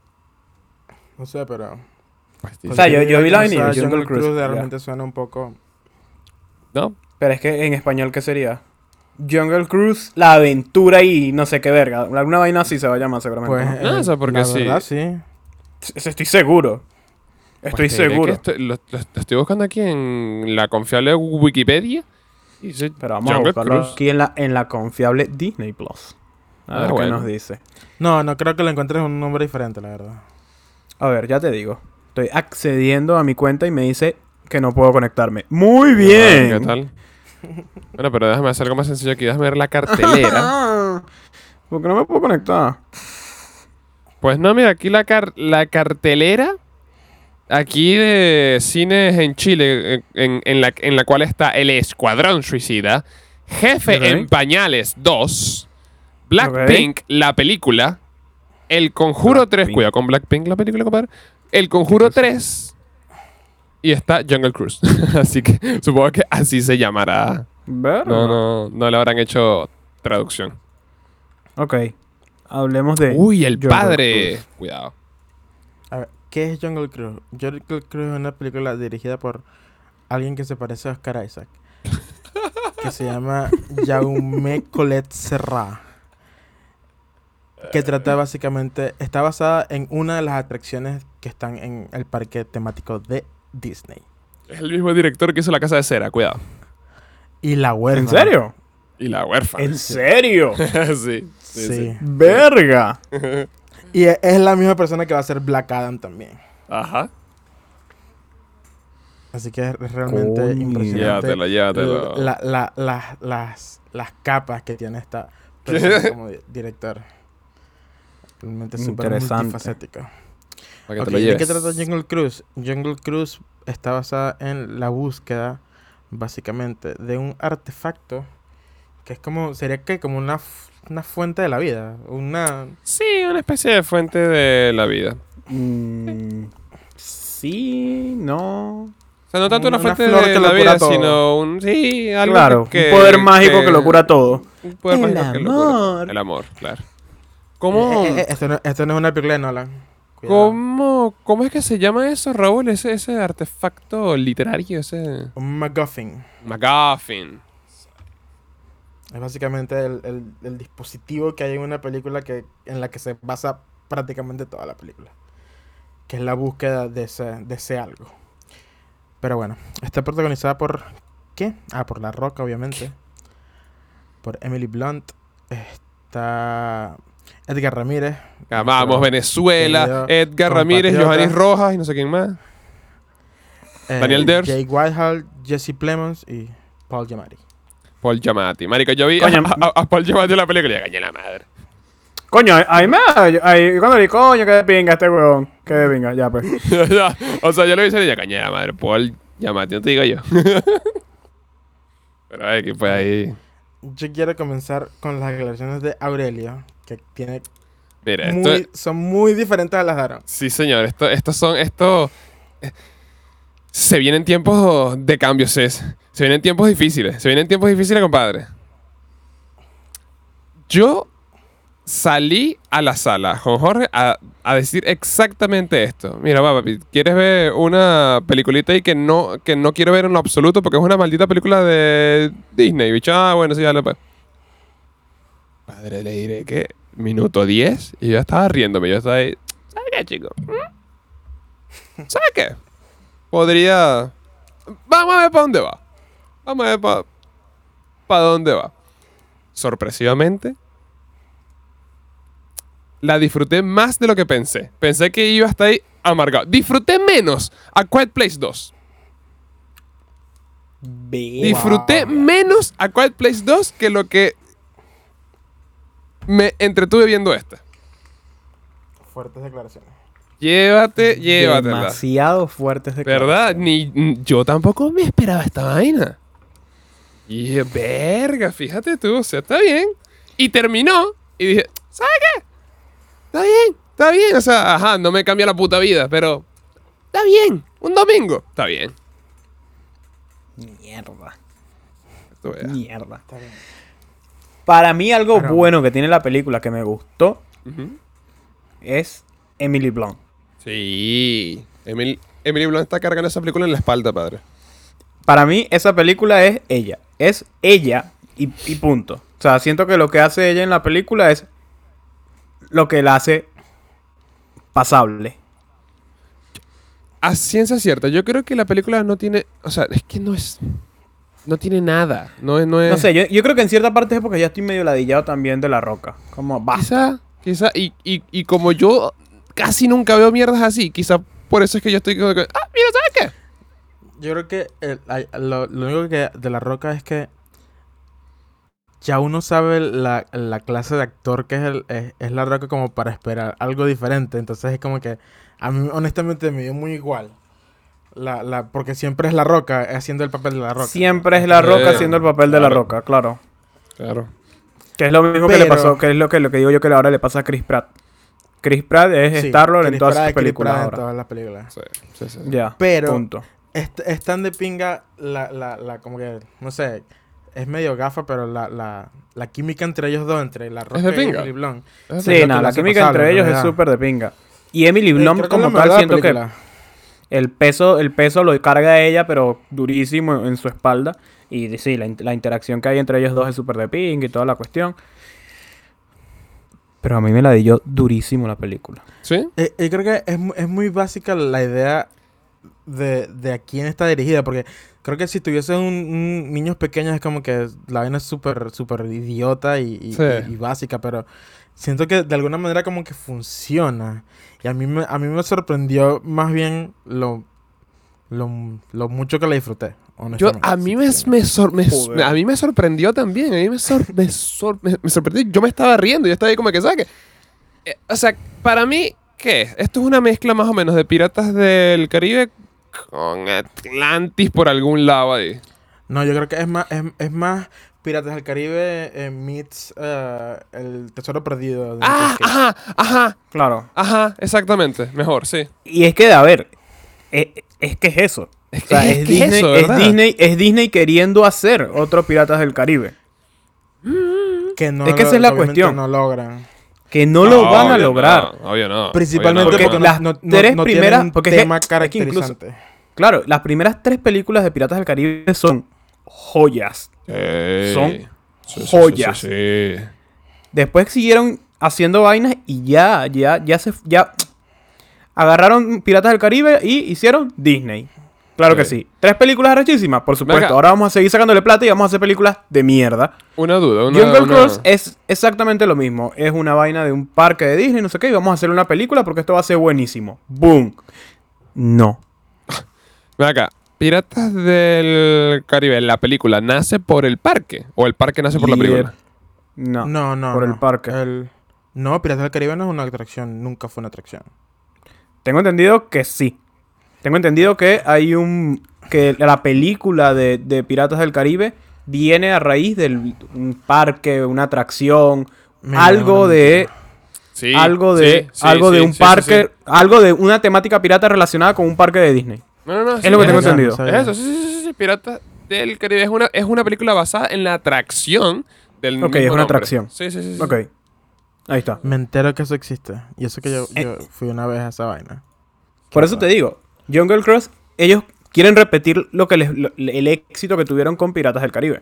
No sé, pero... O sea, yo vi la Cualquier venida, cosa, Jungle Cruise, ya. realmente suena un poco... ¿No? Pero es que en español, ¿qué sería? Jungle Cruise, la aventura y no sé qué verga. Alguna vaina así se va a llamar seguramente. Pues, ¿no? No, eso porque la sí. verdad, sí. Estoy seguro. Estoy Pues te diré seguro. que lo estoy buscando aquí en la confiable Wikipedia. Y dice Pero vamos Jungle a buscarlo Cruise. aquí en la confiable Disney Plus. A ver qué bueno. nos dice. No creo que lo encuentres un nombre diferente, la verdad. A ver, ya te digo. Estoy accediendo a mi cuenta y me dice que no puedo conectarme. ¡Muy bien! ¿Qué tal? Bueno, pero déjame hacer algo más sencillo aquí. Déjame ver la cartelera. ¿Por qué no me puedo conectar? Pues no, mira, aquí la cartelera. Aquí de cines en Chile, en la cual está El Escuadrón Suicida, Jefe Ok. en Pañales 2, Blackpink, la película, El Conjuro 3, Blackpink. cuidado con Blackpink, la película, compadre, El Conjuro 3 y está Jungle Cruise. Así que supongo que así se llamará. Verga. No le habrán hecho traducción. Ok. Hablemos de... Uy, el Jungle padre. Cruise. Cuidado. A ver, ¿qué es Jungle Cruise? Jungle Cruise es una película dirigida por alguien que se parece a Oscar Isaac. Que se llama Jaume Collet Serra. Que trata básicamente... Está basada en una de las atracciones que están en el parque temático de Disney. Es el mismo director que hizo La Casa de Cera, cuidado. Y la huérfana. ¿En serio? Y La Huérfana. ¿En serio? Sí. Sí. ¡Verga! Y es la misma persona que va a ser Black Adam también. Ajá. Así que es realmente Coño. impresionante. Llévatelo. Las capas que tiene esta persona como director. Realmente súper Interesante. multifacético. Para que Ok, te lo ¿de lleves. qué trata Jungle Cruise? Jungle Cruise está basada en la búsqueda, básicamente, de un artefacto que es como, sería que como una fuente de la vida. Sí, una especie de fuente de la vida. Sí, no. sea, no tanto una Una fuente flor de que la lo cura vida, todo. sino un... Sí, algo Claro, un poder mágico que lo cura todo. Un poder El mágico que lo cura todo. amor. El amor, claro. ¿Cómo, Esto no es una película de Nolan. Cuidado. cómo es que se llama eso, Raúl? Ese artefacto literario, ese... Un MacGuffin. MacGuffin. Es básicamente el dispositivo que hay en una película en la que se basa prácticamente toda la película. Que es la búsqueda de ese algo. Pero bueno, está protagonizada por... ¿Qué? Por La Roca, obviamente. Por Emily Blunt. Está Edgar Ramírez. Vamos, nuestro Venezuela, querido Edgar Ramírez, compatriota. Johanny Rojas y no sé quién más. Daniel Ders. Jake Whitehall, Jesse Plemons y Paul Giamatti. Paul Giamatti. Marico, yo vi Coño. a Paul Giamatti en la película y le cañé la madre. Coño, ahí me... Ahí, cuando le coño, que de pinga este huevón. Que de pinga, ya pues. O sea, yo le dije y ya cañé la madre. Paul Giamatti, no te digo yo. Pero que fue ahí. Yo quiero comenzar con las declaraciones de Aurelio, que tiene Mira, esto... son muy diferentes a las de Aaron. Sí, señor. Se vienen tiempos de cambios, Cés. Se vienen tiempos difíciles. Se vienen tiempos difíciles, compadre. Yo salí a la sala con Jorge a decir exactamente esto. Mira, va, papi, ¿quieres ver una peliculita ahí que no quiero ver en lo absoluto porque es una maldita película de Disney? Bicho, bueno, sí, dale, pues. Padre, le diré que minuto 10 y yo estaba riéndome. Yo estaba ahí. ¿Sabes qué, chico? ¿Sabes qué? Podría... Vamos a ver para dónde va. Vamos a ver para dónde va. Sorpresivamente, la disfruté más de lo que pensé. Pensé que iba hasta ahí amargado. Disfruté menos a Quiet Place 2. Disfruté menos a Quiet Place 2 que lo que me entretuve viendo esta. Fuertes declaraciones. Llévatela. Demasiado fuertes de ¿Verdad? Yo tampoco me esperaba esta vaina. Y dije, verga, fíjate tú, o sea, está bien. Y terminó. Y dije, ¿sabes qué? Está bien. O sea, ajá, no me cambia la puta vida, pero está bien. Un domingo, está bien. Mierda. Esto vea. Mierda. Para mí algo Claro. bueno que tiene la película que me gustó Ujú. es Emily Blunt. Sí. Emily Blunt está cargando esa película en la espalda, padre. Para mí esa película es ella. Es ella y punto. O sea, siento que lo que hace ella en la película es lo que la hace pasable. A ciencia cierta, yo creo que la película no tiene... O sea, es que no es... No tiene nada. No es... No sé, yo creo que en cierta parte es porque ya estoy medio ladillado también de La Roca. Como, basta. Quizá. Y como yo casi nunca veo mierdas así, quizá por eso es que yo estoy como que... Mira, ¿sabes qué? Yo creo que lo único que de La Roca es que ya uno sabe la clase de actor que es La Roca como para esperar algo diferente. Entonces es como que a mí honestamente me dio muy igual. Porque siempre es La Roca haciendo el papel de La Roca. Siempre es La Roca Sí, haciendo el papel de La claro. Roca, claro. Claro. Que es lo mismo que le Pero- pasó, que es lo que digo yo que ahora le pasa a Chris Pratt. Chris Pratt es Sí, Star-Lord en Chris todas Pratt sus es Chris películas Pratt en ahora. todas las películas. Sí. Ya, Pero- punto. Es tan de pinga como que, no sé, es medio gafa, pero la química entre ellos dos, entre La Roca de y pinga. Emily Blunt. Es Sí, lo que nada, lo la hace química pasable, entre en ellos es realidad. súper de pinga. Y Emily Blunt Creo que como es lo tal mejor de la siento que película. el peso lo carga ella, pero durísimo en su espalda. Y sí, la interacción que hay entre ellos dos es súper de pinga y toda la cuestión. Pero a mí me la dio durísimo la película. ¿Sí? Y creo que es muy básica la idea de a quién está dirigida, porque creo que si tuviesen niños pequeños es como que la vaina es súper idiota y Sí. y básica, pero siento que de alguna manera como que funciona. Y a mí me sorprendió más bien lo mucho que la disfruté, honestamente. A mí Joder. a mí me sorprendió también. A mí me sorprendió. Yo me estaba riendo. Yo estaba ahí como que, ¿sabes qué? O sea, para mí, ¿qué es? Esto es una mezcla más o menos de Piratas del Caribe con Atlantis por algún lado ahí. No, yo creo que es más Piratas del Caribe meets El Tesoro Perdido de Nicolas Cage. Claro. Ajá, exactamente. Mejor, sí. Y es que, a ver, es que es eso. O sea, es que Disney, eso, es ¿verdad? Disney queriendo hacer otro Piratas del Caribe. Que no Es que esa es la obviamente cuestión. no logran. Que no lo van a obvio lograr. No, obvio no. Principalmente obvio no, porque las no tres tienen primeras- un porque es que- tema es que incluso- caracterizante. Claro, las primeras 3 películas de Piratas del Caribe son joyas. Son joyas. Sí. Después siguieron haciendo vainas y ya agarraron Piratas del Caribe y hicieron Disney. Claro que Sí. sí. 3 películas arrechísimas, por supuesto. Venga. Ahora vamos a seguir sacándole plata y vamos a hacer películas de mierda. Una duda, Jungle Cruise es exactamente lo mismo. Es una vaina de un parque de Disney, no sé qué, y vamos a hacer una película porque esto va a ser buenísimo. ¡Boom! No. Ven acá. Piratas del Caribe, la película, ¿nace por el parque? ¿O el parque nace por la película? No. No. Por el parque. No, Piratas del Caribe no es una atracción. Nunca fue una atracción. Tengo entendido que sí. Tengo entendido que hay que la película de Piratas del Caribe viene a raíz de un parque, una atracción, Mira, algo una de... Sí. algo de, sí, algo de sí, un sí, parque, sí, sí. algo de una temática pirata relacionada con un parque de Disney. No, Es lo que tengo ya, entendido. no sabía. Es eso, sí. Piratas del Caribe es una película basada en la atracción del Ok, mismo es una nombre. atracción. Sí. Ok. Ahí está. Me entero que eso existe. Y eso que yo fui una vez a esa vaina. Por eso te digo, Jungle Cruise, ellos quieren repetir el éxito que tuvieron con Piratas del Caribe.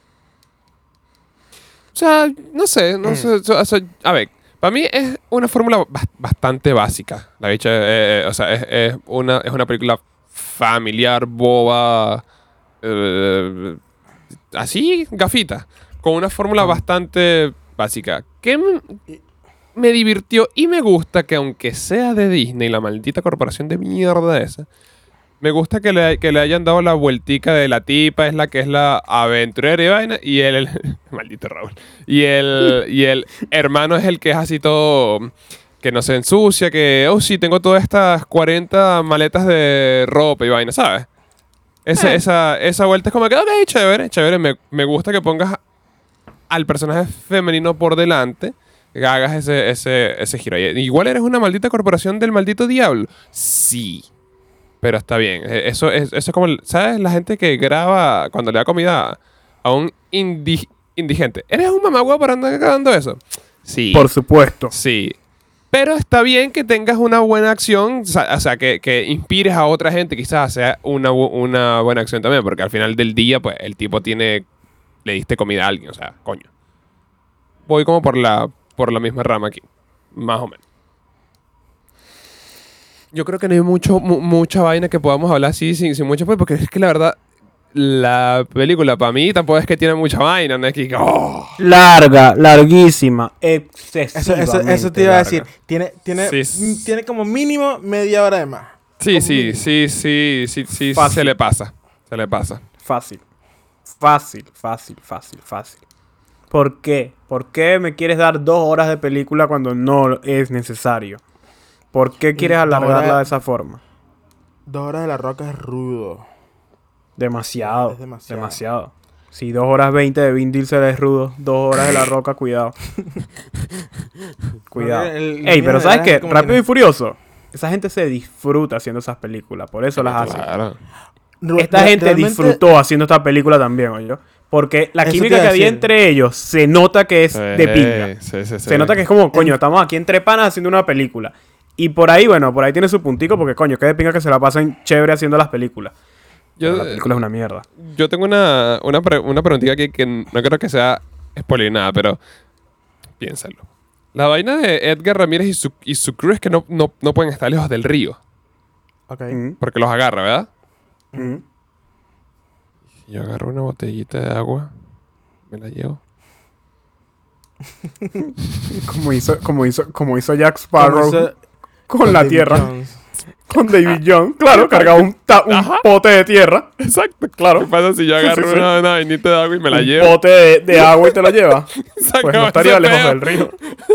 O sea, no sé. O sea, a ver, para mí es una fórmula bastante básica. La bicha, o sea, es una película familiar, boba, así, gafita, con una fórmula bastante básica. Que me divirtió y me gusta que aunque sea de Disney, la maldita corporación de mierda esa, me gusta que le hayan dado la vueltica de la tipa, es la que es la aventurera y vaina, y el maldito Raúl. Y el hermano es el que es así todo, que no se ensucia, que, oh sí, tengo todas estas 40 maletas de ropa y vaina, ¿sabes? Esa vuelta es como que, ok, chévere, me gusta que pongas al personaje femenino por delante, que hagas ese giro. Igual eres una maldita corporación del maldito diablo. Sí. Pero está bien. Eso es como, ¿sabes? La gente que graba cuando le da comida a un indigente. ¿Eres un mamagüey para andar grabando eso? Sí. Por supuesto. Sí. Pero está bien que tengas una buena acción, o sea, que inspires a otra gente, quizás sea una buena acción también, porque al final del día, pues, el tipo le diste comida a alguien, o sea, coño. Voy como por la misma rama aquí, más o menos. Yo creo que no hay mucha vaina que podamos hablar así sin mucho, pues, porque es que la verdad, la película para mí tampoco es que tiene mucha vaina, no es que... ¡oh! Larguísima, excesivamente Eso te iba a decir. larga. Sí. Tiene como mínimo media hora de más. Sí, Como mínimo. sí, Fácil. se le pasa. Se le pasa. Fácil. ¿Por qué? ¿Por qué me quieres dar 2 horas de película cuando no es necesario? ¿Por qué quieres 2 alargarla horas- de esa forma? 2 horas de La Roca es rudo. Demasiado. Es demasiado. Demasiado. Si 2 horas 20 de Vin Diesel es rudo, 2 horas de La Roca, cuidado. Cuidado. Ey, pero ¿sabes qué? Rápido y Furioso. Esa gente se disfruta haciendo esas películas. Por eso las hace. Claro. Esta gente disfrutó haciendo esta película también, oye. Porque la Eso te química iba que a había decir. entre ellos se nota que es de pinga. Sí. Se nota que es como, coño, estamos aquí entre panas haciendo una película. Y por ahí, bueno, por ahí tiene su puntico porque, coño, que de pinga que se la pasen chévere haciendo las películas. Pero la película es una mierda. Yo tengo una preguntita aquí que no creo que sea spoiler ni nada, pero piénsalo. La vaina de Edgar Ramírez y su crew es que no pueden estar lejos del río, Ok. porque los agarra, ¿verdad? Mm. Yo agarro una botellita de agua, me la llevo. Como hizo Jack Sparrow Como hizo- con la David tierra. Jones. Con David Young. Claro, cargaba un pote de tierra. Exacto, claro. ¿Qué pasa si yo agarro Sí, sí. una vainita de agua y me la Un llevo? pote de agua y te la lleva. Pues Saca no estaría ese lejos peo. del río.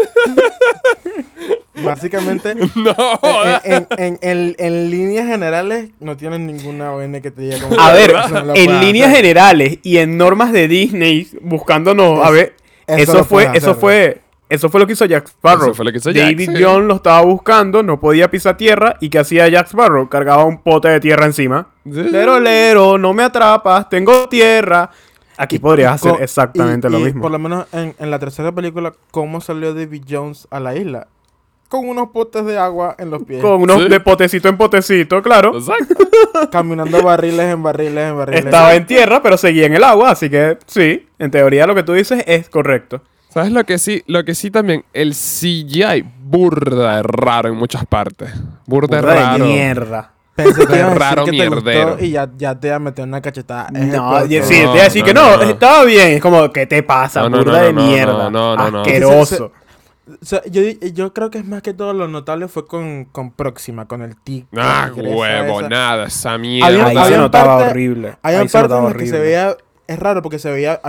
Básicamente, No, joda. en líneas generales, no tienen ninguna vaina que te diga como... A ver, eso no lo en puedes líneas hacer. generales y en normas de Disney, buscándonos, a ver, Eso eso lo fue, puedes eso hacer, fue Eso fue lo que hizo Jack Sparrow. Eso fue lo que hizo Jack, David sí. Jones lo estaba buscando, no podía pisar tierra. ¿Y qué hacía Jack Sparrow? Cargaba un pote de tierra encima. Sí. Lero, no me atrapas, tengo tierra. Aquí podrías hacer exactamente lo mismo. Por lo menos en la tercera película, ¿cómo salió David Jones a la isla? Con unos potes de agua en los pies. Con unos Sí. de potecito en potecito, claro. Exacto. Caminando barriles en barriles en barriles. Estaba en tierra, pero seguía en el agua, así que sí, en teoría lo que tú dices es correcto. ¿Sabes lo que sí? Lo que sí también, el CGI burda de raro en muchas partes. Burda de Burda de raro. mierda. Pensé que de ibas a decir raro que te gustó mierdero. y ya te iba a meter una cachetada. Es el No, peor sí, que- te iba a decir que no, estaba bien. Es como, ¿qué te pasa? No, no, Burda no, de no, mierda. no, no, no. Asqueroso. O sea, yo creo que es más que todo lo notable fue con Próxima, con el tic. Ah, la tigresa huevo, esa. nada, esa Ahí mierda. se habían notaba partes- horrible. Hay Ahí se partes en notaba las que se horrible. veía... Es raro porque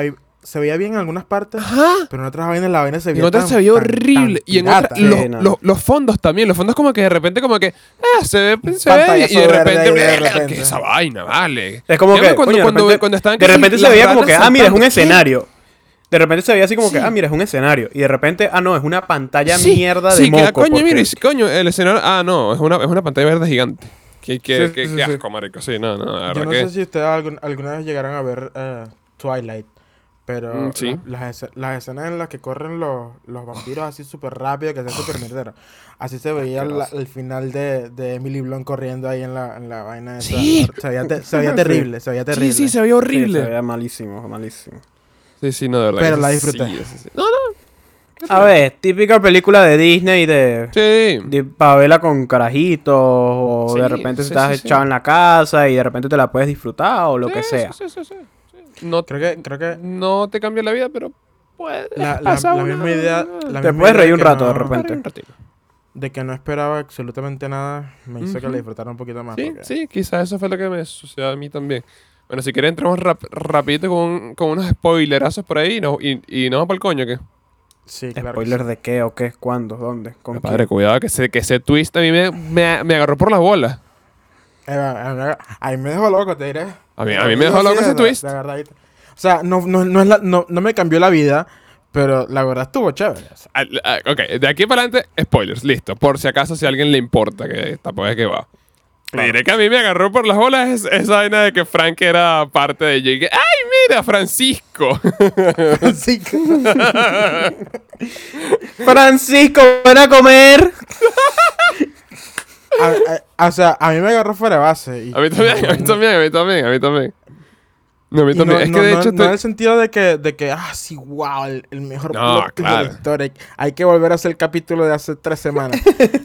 se veía bien en algunas partes, Ajá. pero en otras vainas la vaina se Y veía en otras tan- se veía tan- horrible. tan Y en pirata. otras, Sí, no. los fondos también. Los fondos como que de repente como que... se ve... Y Pantallazo de verde repente... ahí de repente. ¿Qué esa vaina, vale? Es como Yo que me acuerdo coño, cuando estaban... de que sí, repente se las veía como ranas que, mira, es un saltando. escenario. De repente se veía así como Sí. que, mira, es un escenario. Y de repente, no, es una pantalla Sí, mierda de sí, que, moco. coño, porque- mira, coño, el escenario... no, es una pantalla verde gigante. Sí, Qué sí, sí. asco, marico. Sí, no, la verdad Yo no que... sé si ustedes alguna vez llegaron a ver Twilight, pero Sí. las escenas en las que corren los vampiros así súper rápido, que se súper mierderos. Así se veía el final de Emily Blunt corriendo ahí en la vaina esa. Sí. Se veía terrible, se veía terrible. Sí, se veía Sí, horrible. se veía malísimo, malísimo. Sí, no, de verdad. Pero que la sí, disfruté. sí. No, no. A ver, típica película de Disney Sí. para verla con carajitos o Sí, de repente sí, estás sí. echado en la casa y de repente te la puedes disfrutar o lo que sea. Sí. No, Creo que no te cambia la vida, pero puede la pasar una- misma idea... la Te misma puedes idea reír un que rato de no- repente. Un ratito. De que no esperaba absolutamente nada, me hizo que Ujú. la disfrutara un poquito más. Sí, porque- sí, quizás eso fue lo que me sucedió a mí también. Bueno, si quieres entramos rapidito con unos spoilerazos por ahí y no vamos para el coño, ¿qué? Sí, claro. que ¿Spoiler sí. de qué o qué? ¿Cuándo? ¿Dónde? ¿Con Padre, quién? cuidado, que ese twist a mí me agarró por las bolas. Ahí me dejó loco, te diré. A mí me dejó loco ese twist. La verdad. O sea, no me cambió la vida, pero la verdad estuvo chévere. O sea, Ok, de aquí para adelante, spoilers, listo. Por si acaso, si a alguien le importa, que tampoco es que va. Le diré que a mí me agarró por las bolas esa vaina de que Frank era parte de Jake. ¡Ay, mira, Francisco! sí, Francisco, ven a comer. o sea, a mí me agarró fuera de base. Y, A mí también, a mí también, a mí también, a mí también. No, a mí y también. Es que de hecho no en el sentido de que sí, wow, el mejor No, plot twist de claro. la historia. Hay que volver a hacer el capítulo de hace 3 semanas.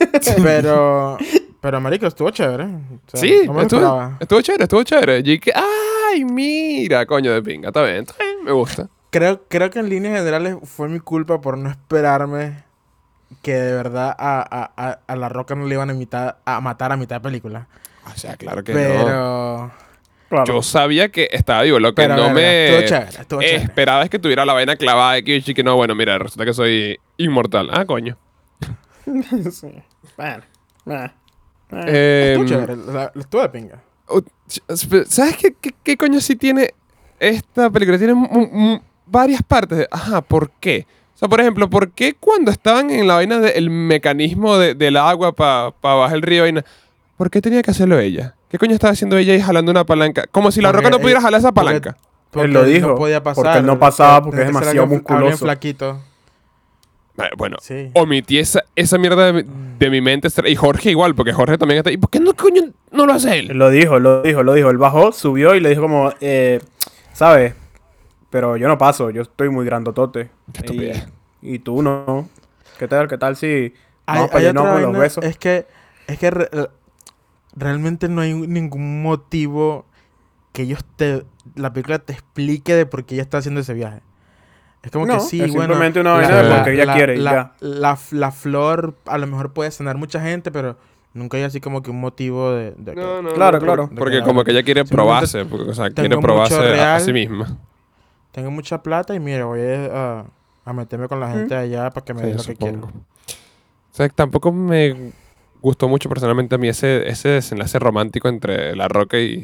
pero, marico, estuvo chévere. O sea, Sí, no me lo esperaba. estuvo chévere, estuvo chévere. Jake, ¡ay, mira! Coño de pinga, está bien, me gusta. Creo que en líneas generales fue mi culpa por no esperarme que de verdad a La Roca no le iban a matar a mitad de película. O sea, claro que no. Pero... Claro. Yo sabía que estaba vivo, lo que pero, no verga, me estuvo chévere. esperaba es que tuviera la vaina clavada de que yo que no, bueno, mira, resulta que soy inmortal. Ah, coño. Sí. Bueno. Em, Estuvo chévere, estuvo de pinga. ¿Sabes qué coño sí tiene esta película? Tiene varias partes. Ajá, ¿por qué? O sea, por ejemplo, ¿por qué cuando estaban en la vaina del mecanismo del agua para bajar el río, vaina, ¿por qué tenía que hacerlo ella? ¿Qué coño estaba haciendo ella ahí jalando una palanca? Como si la Porque roca no pudiera él- jalar esa porque- palanca. Él lo dijo, no podía pasar. porque él no pasaba porque Tenía es que ser demasiado alguien musculoso. flaquito. Bueno, Sí. omití esa mierda de mi mente. Y Jorge igual, porque Jorge también está ahí. ¿Por qué no, coño, no lo hace él? Lo dijo. Él bajó, subió y le dijo como, ¿sabes? Pero yo no paso, yo estoy muy grandotote. Qué estupidez. Y tú no. ¿Qué tal si Hay, vamos para hay allá otra con los vaina, besos? es que realmente no hay ningún motivo que la película te explique de por qué ella está haciendo ese viaje. Es como No, que sí, es bueno. simplemente una vaina de porque ella quiere y ya. La flor a lo mejor puede sanar mucha gente, pero nunca hay así como que un motivo de que- Claro, claro. Porque como que ella quiere Simplemente probarse. Porque, o sea, quiere tengo probarse mucho a real. sí misma. Tengo mucha plata y mira, voy a meterme con la gente de allá para que me Sí, dé lo que supongo. quiero. O sea, tampoco me gustó mucho personalmente a mí ese desenlace romántico entre La Roca y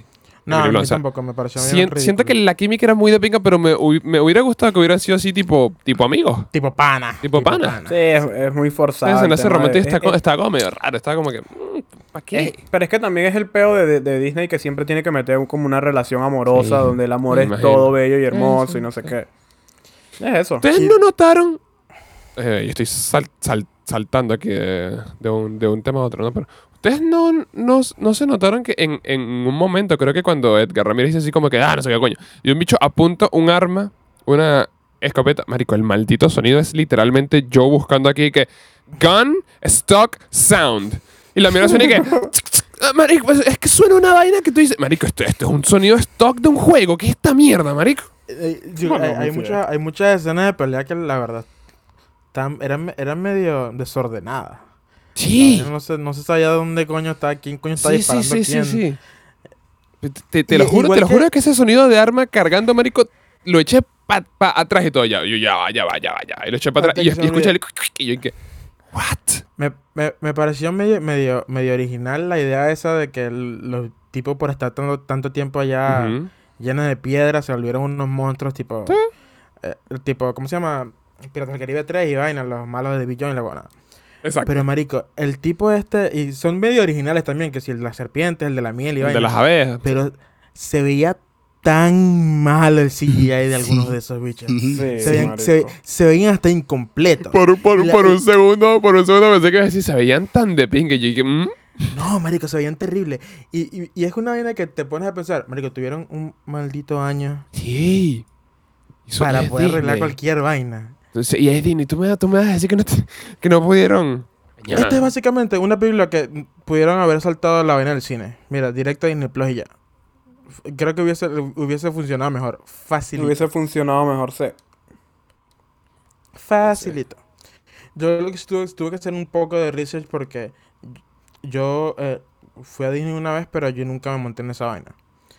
No, a Increíble, mí o sea, tampoco me pareció bien siento que ridículo. la química era muy de pinga, pero me hubiera gustado que hubiera sido así tipo amigos. Tipo pana. Tipo pana. Sí, es muy forzado. Esa el ese tema de- romántico estaba como medio raro. Estaba como que... ¿Para qué? pero es que también es el peo de Disney que siempre tiene que meter como una relación amorosa Sí, donde el amor me es imagino. todo bello y hermoso Eso, y no sé sí. qué. Es eso. ¿Ustedes Sí. no notaron? Yo estoy saltando aquí de un tema a otro, ¿no? Pero ustedes no se notaron que en un momento, creo que cuando Edgar Ramírez dice así como que, no sé qué coño, y un bicho apunta un arma, una escopeta. Marico, el maldito sonido es literalmente yo buscando aquí que gun, stock, sound. Y la mierda suena y que... Marico, pues, es que suena una vaina que tú dices, marico, esto es un sonido stock de un juego. ¿Qué es esta mierda, marico? Bueno, hay, muy hay muchas escenas de pelea que la verdad eran medio desordenadas. Sí. No se sabía dónde coño está, quién coño está disparando a quién. Sí. Te Y- lo juro, igual te lo que- juro que ese sonido de arma cargando, marico, lo eché pa atrás y todo. Ya va. Y lo eché para atrás. Antes Y que se escuché olvide. el... Y yo que... ¿What? Me pareció medio original la idea esa de que los tipos por estar tanto tiempo allá Ujú. llenos de piedras se volvieron unos monstruos tipo... Sí. tipo, ¿cómo se llama? Piratas del Caribe 3 y vaina, los malos de Billón y la buena. Exacto. Pero marico, el tipo y son medio originales también, que si el de las serpientes, el de la miel y El vaina. de las abejas. Pero se veía tan mal el CGI de algunos de esos bichos. Sí, Se veían hasta incompletos. Y la- Por un segundo pensé que iba a decir, se veían tan de pingue. Yo dije, No, marico, se veían terribles. Y es una vaina que te pones a pensar, marico, tuvieron un maldito año sí. Eso para es poder arreglar Disney. cualquier vaina. Entonces, y es Disney. Tú me vas a decir que no pudieron... Esta es básicamente una película que pudieron haber saltado la vaina del cine. Mira, directo a Disney Plus y ya. Creo que hubiese funcionado mejor. Facilito. Hubiese funcionado mejor, sí. Facilito. Yo lo que tuve que hacer un poco de research porque yo fui a Disney una vez, pero yo nunca me monté en esa vaina.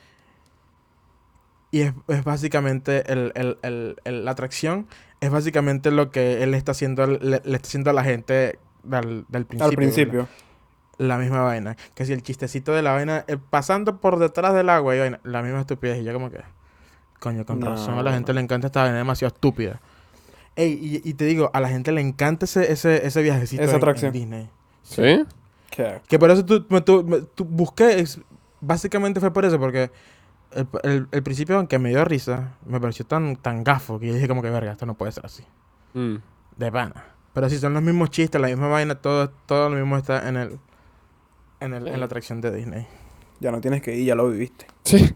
Y es básicamente la atracción, es básicamente lo que él está haciendo, le está haciendo a la gente del principio. Al principio. La misma vaina. Que si el chistecito de la vaina, pasando por detrás del agua y vaina, la misma estupidez. Y yo como que, coño, con No, razón a la gente no. le encanta esta vaina demasiado estúpida. Ey, y te digo, a la gente le encanta ese viajecito Esa en atracción. Disney. ¿Sí? ¿Qué? Que por eso tú busqué, básicamente fue por eso, porque el principio, aunque me dio risa, me pareció tan gafo que yo dije como que, verga, esto no puede ser así. Mm. De pana. Pero si son los mismos chistes, la misma vaina, todo lo mismo está en la atracción de Disney. Ya no tienes que ir, ya lo viviste. Sí.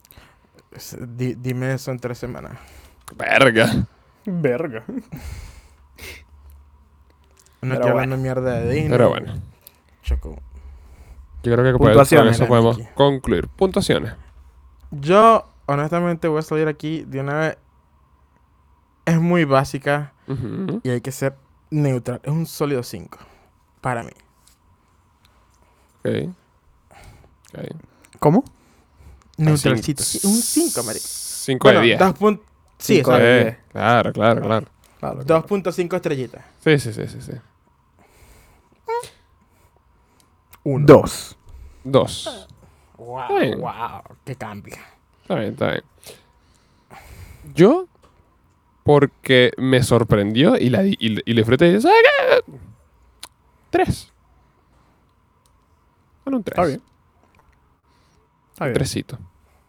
Dime eso en 3 semanas. Verga. Verga. No Pero estoy hablando mierda de Disney. Pero bueno. Choco. Yo creo que con Puntuaciones, eso podemos Niki. concluir. Puntuaciones. Yo, honestamente, voy a salir aquí de una vez. Es muy básica Ujú. y hay que ser neutral. Es un sólido 5. Para mí. Ok. ¿Cómo? Neutralcito. Cinco- Sí, un 5, marico. 5 de 10. 2 puntos. Sí, Cinco exacto. de 10. Claro. Claro. 2.5 estrellitas. Sí. 1. 2. 2. Wow, Bien. wow. Qué cambio. Está bien. Yo, porque me sorprendió y le disfruté. ¿Sabes qué? 3. Bueno, un 3. Está bien. Está Un bien. tresito.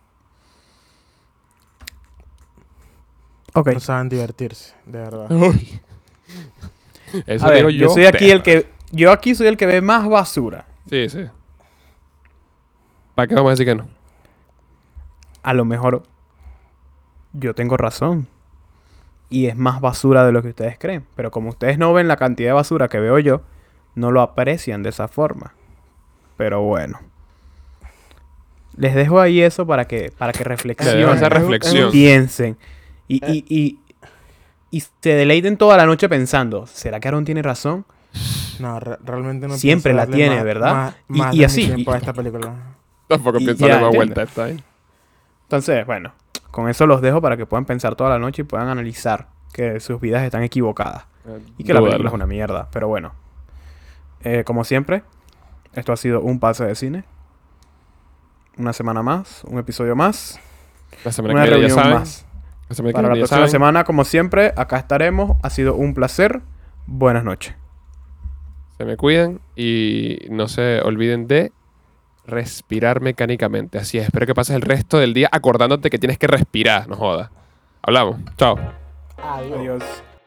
Ok. No saben divertirse, de verdad. Eso A ver, digo yo soy aquí perra. el que... Yo aquí soy el que ve más basura. Sí. ¿Para qué vamos a decir que no? A lo mejor yo tengo razón. Y es más basura de lo que ustedes creen. Pero como ustedes no ven la cantidad de basura que veo yo, no lo aprecian de esa forma. Pero bueno. Les dejo ahí eso para que Le dejo reflexionen. esa reflexión. Piensen. Y se deleiten toda la noche pensando, ¿será que Aaron tiene razón? No, realmente no Siempre pienso la darle tiene, más- ¿verdad? más- Y- más y de mi así, tiempo y- a esta película. Tampoco Y pienso ya, darle más ¿entiendes? vuelta a esta. ¿eh? Entonces, bueno, con eso los dejo para que puedan pensar toda la noche y puedan analizar que sus vidas están equivocadas. Y que la Dúdalo. película es una mierda. Pero bueno. Como siempre, esto ha sido un pase de cine. una semana más, un episodio más, La semana una que viene, ya reunión saben. más. La semana que Para la viene, ya próxima saben. semana, como siempre, acá estaremos. Ha sido un placer. Buenas noches. Se me cuidan y no se olviden de respirar mecánicamente. Así es. Espero que pases el resto del día acordándote que tienes que respirar. No jodas. Hablamos. Chao. Adiós.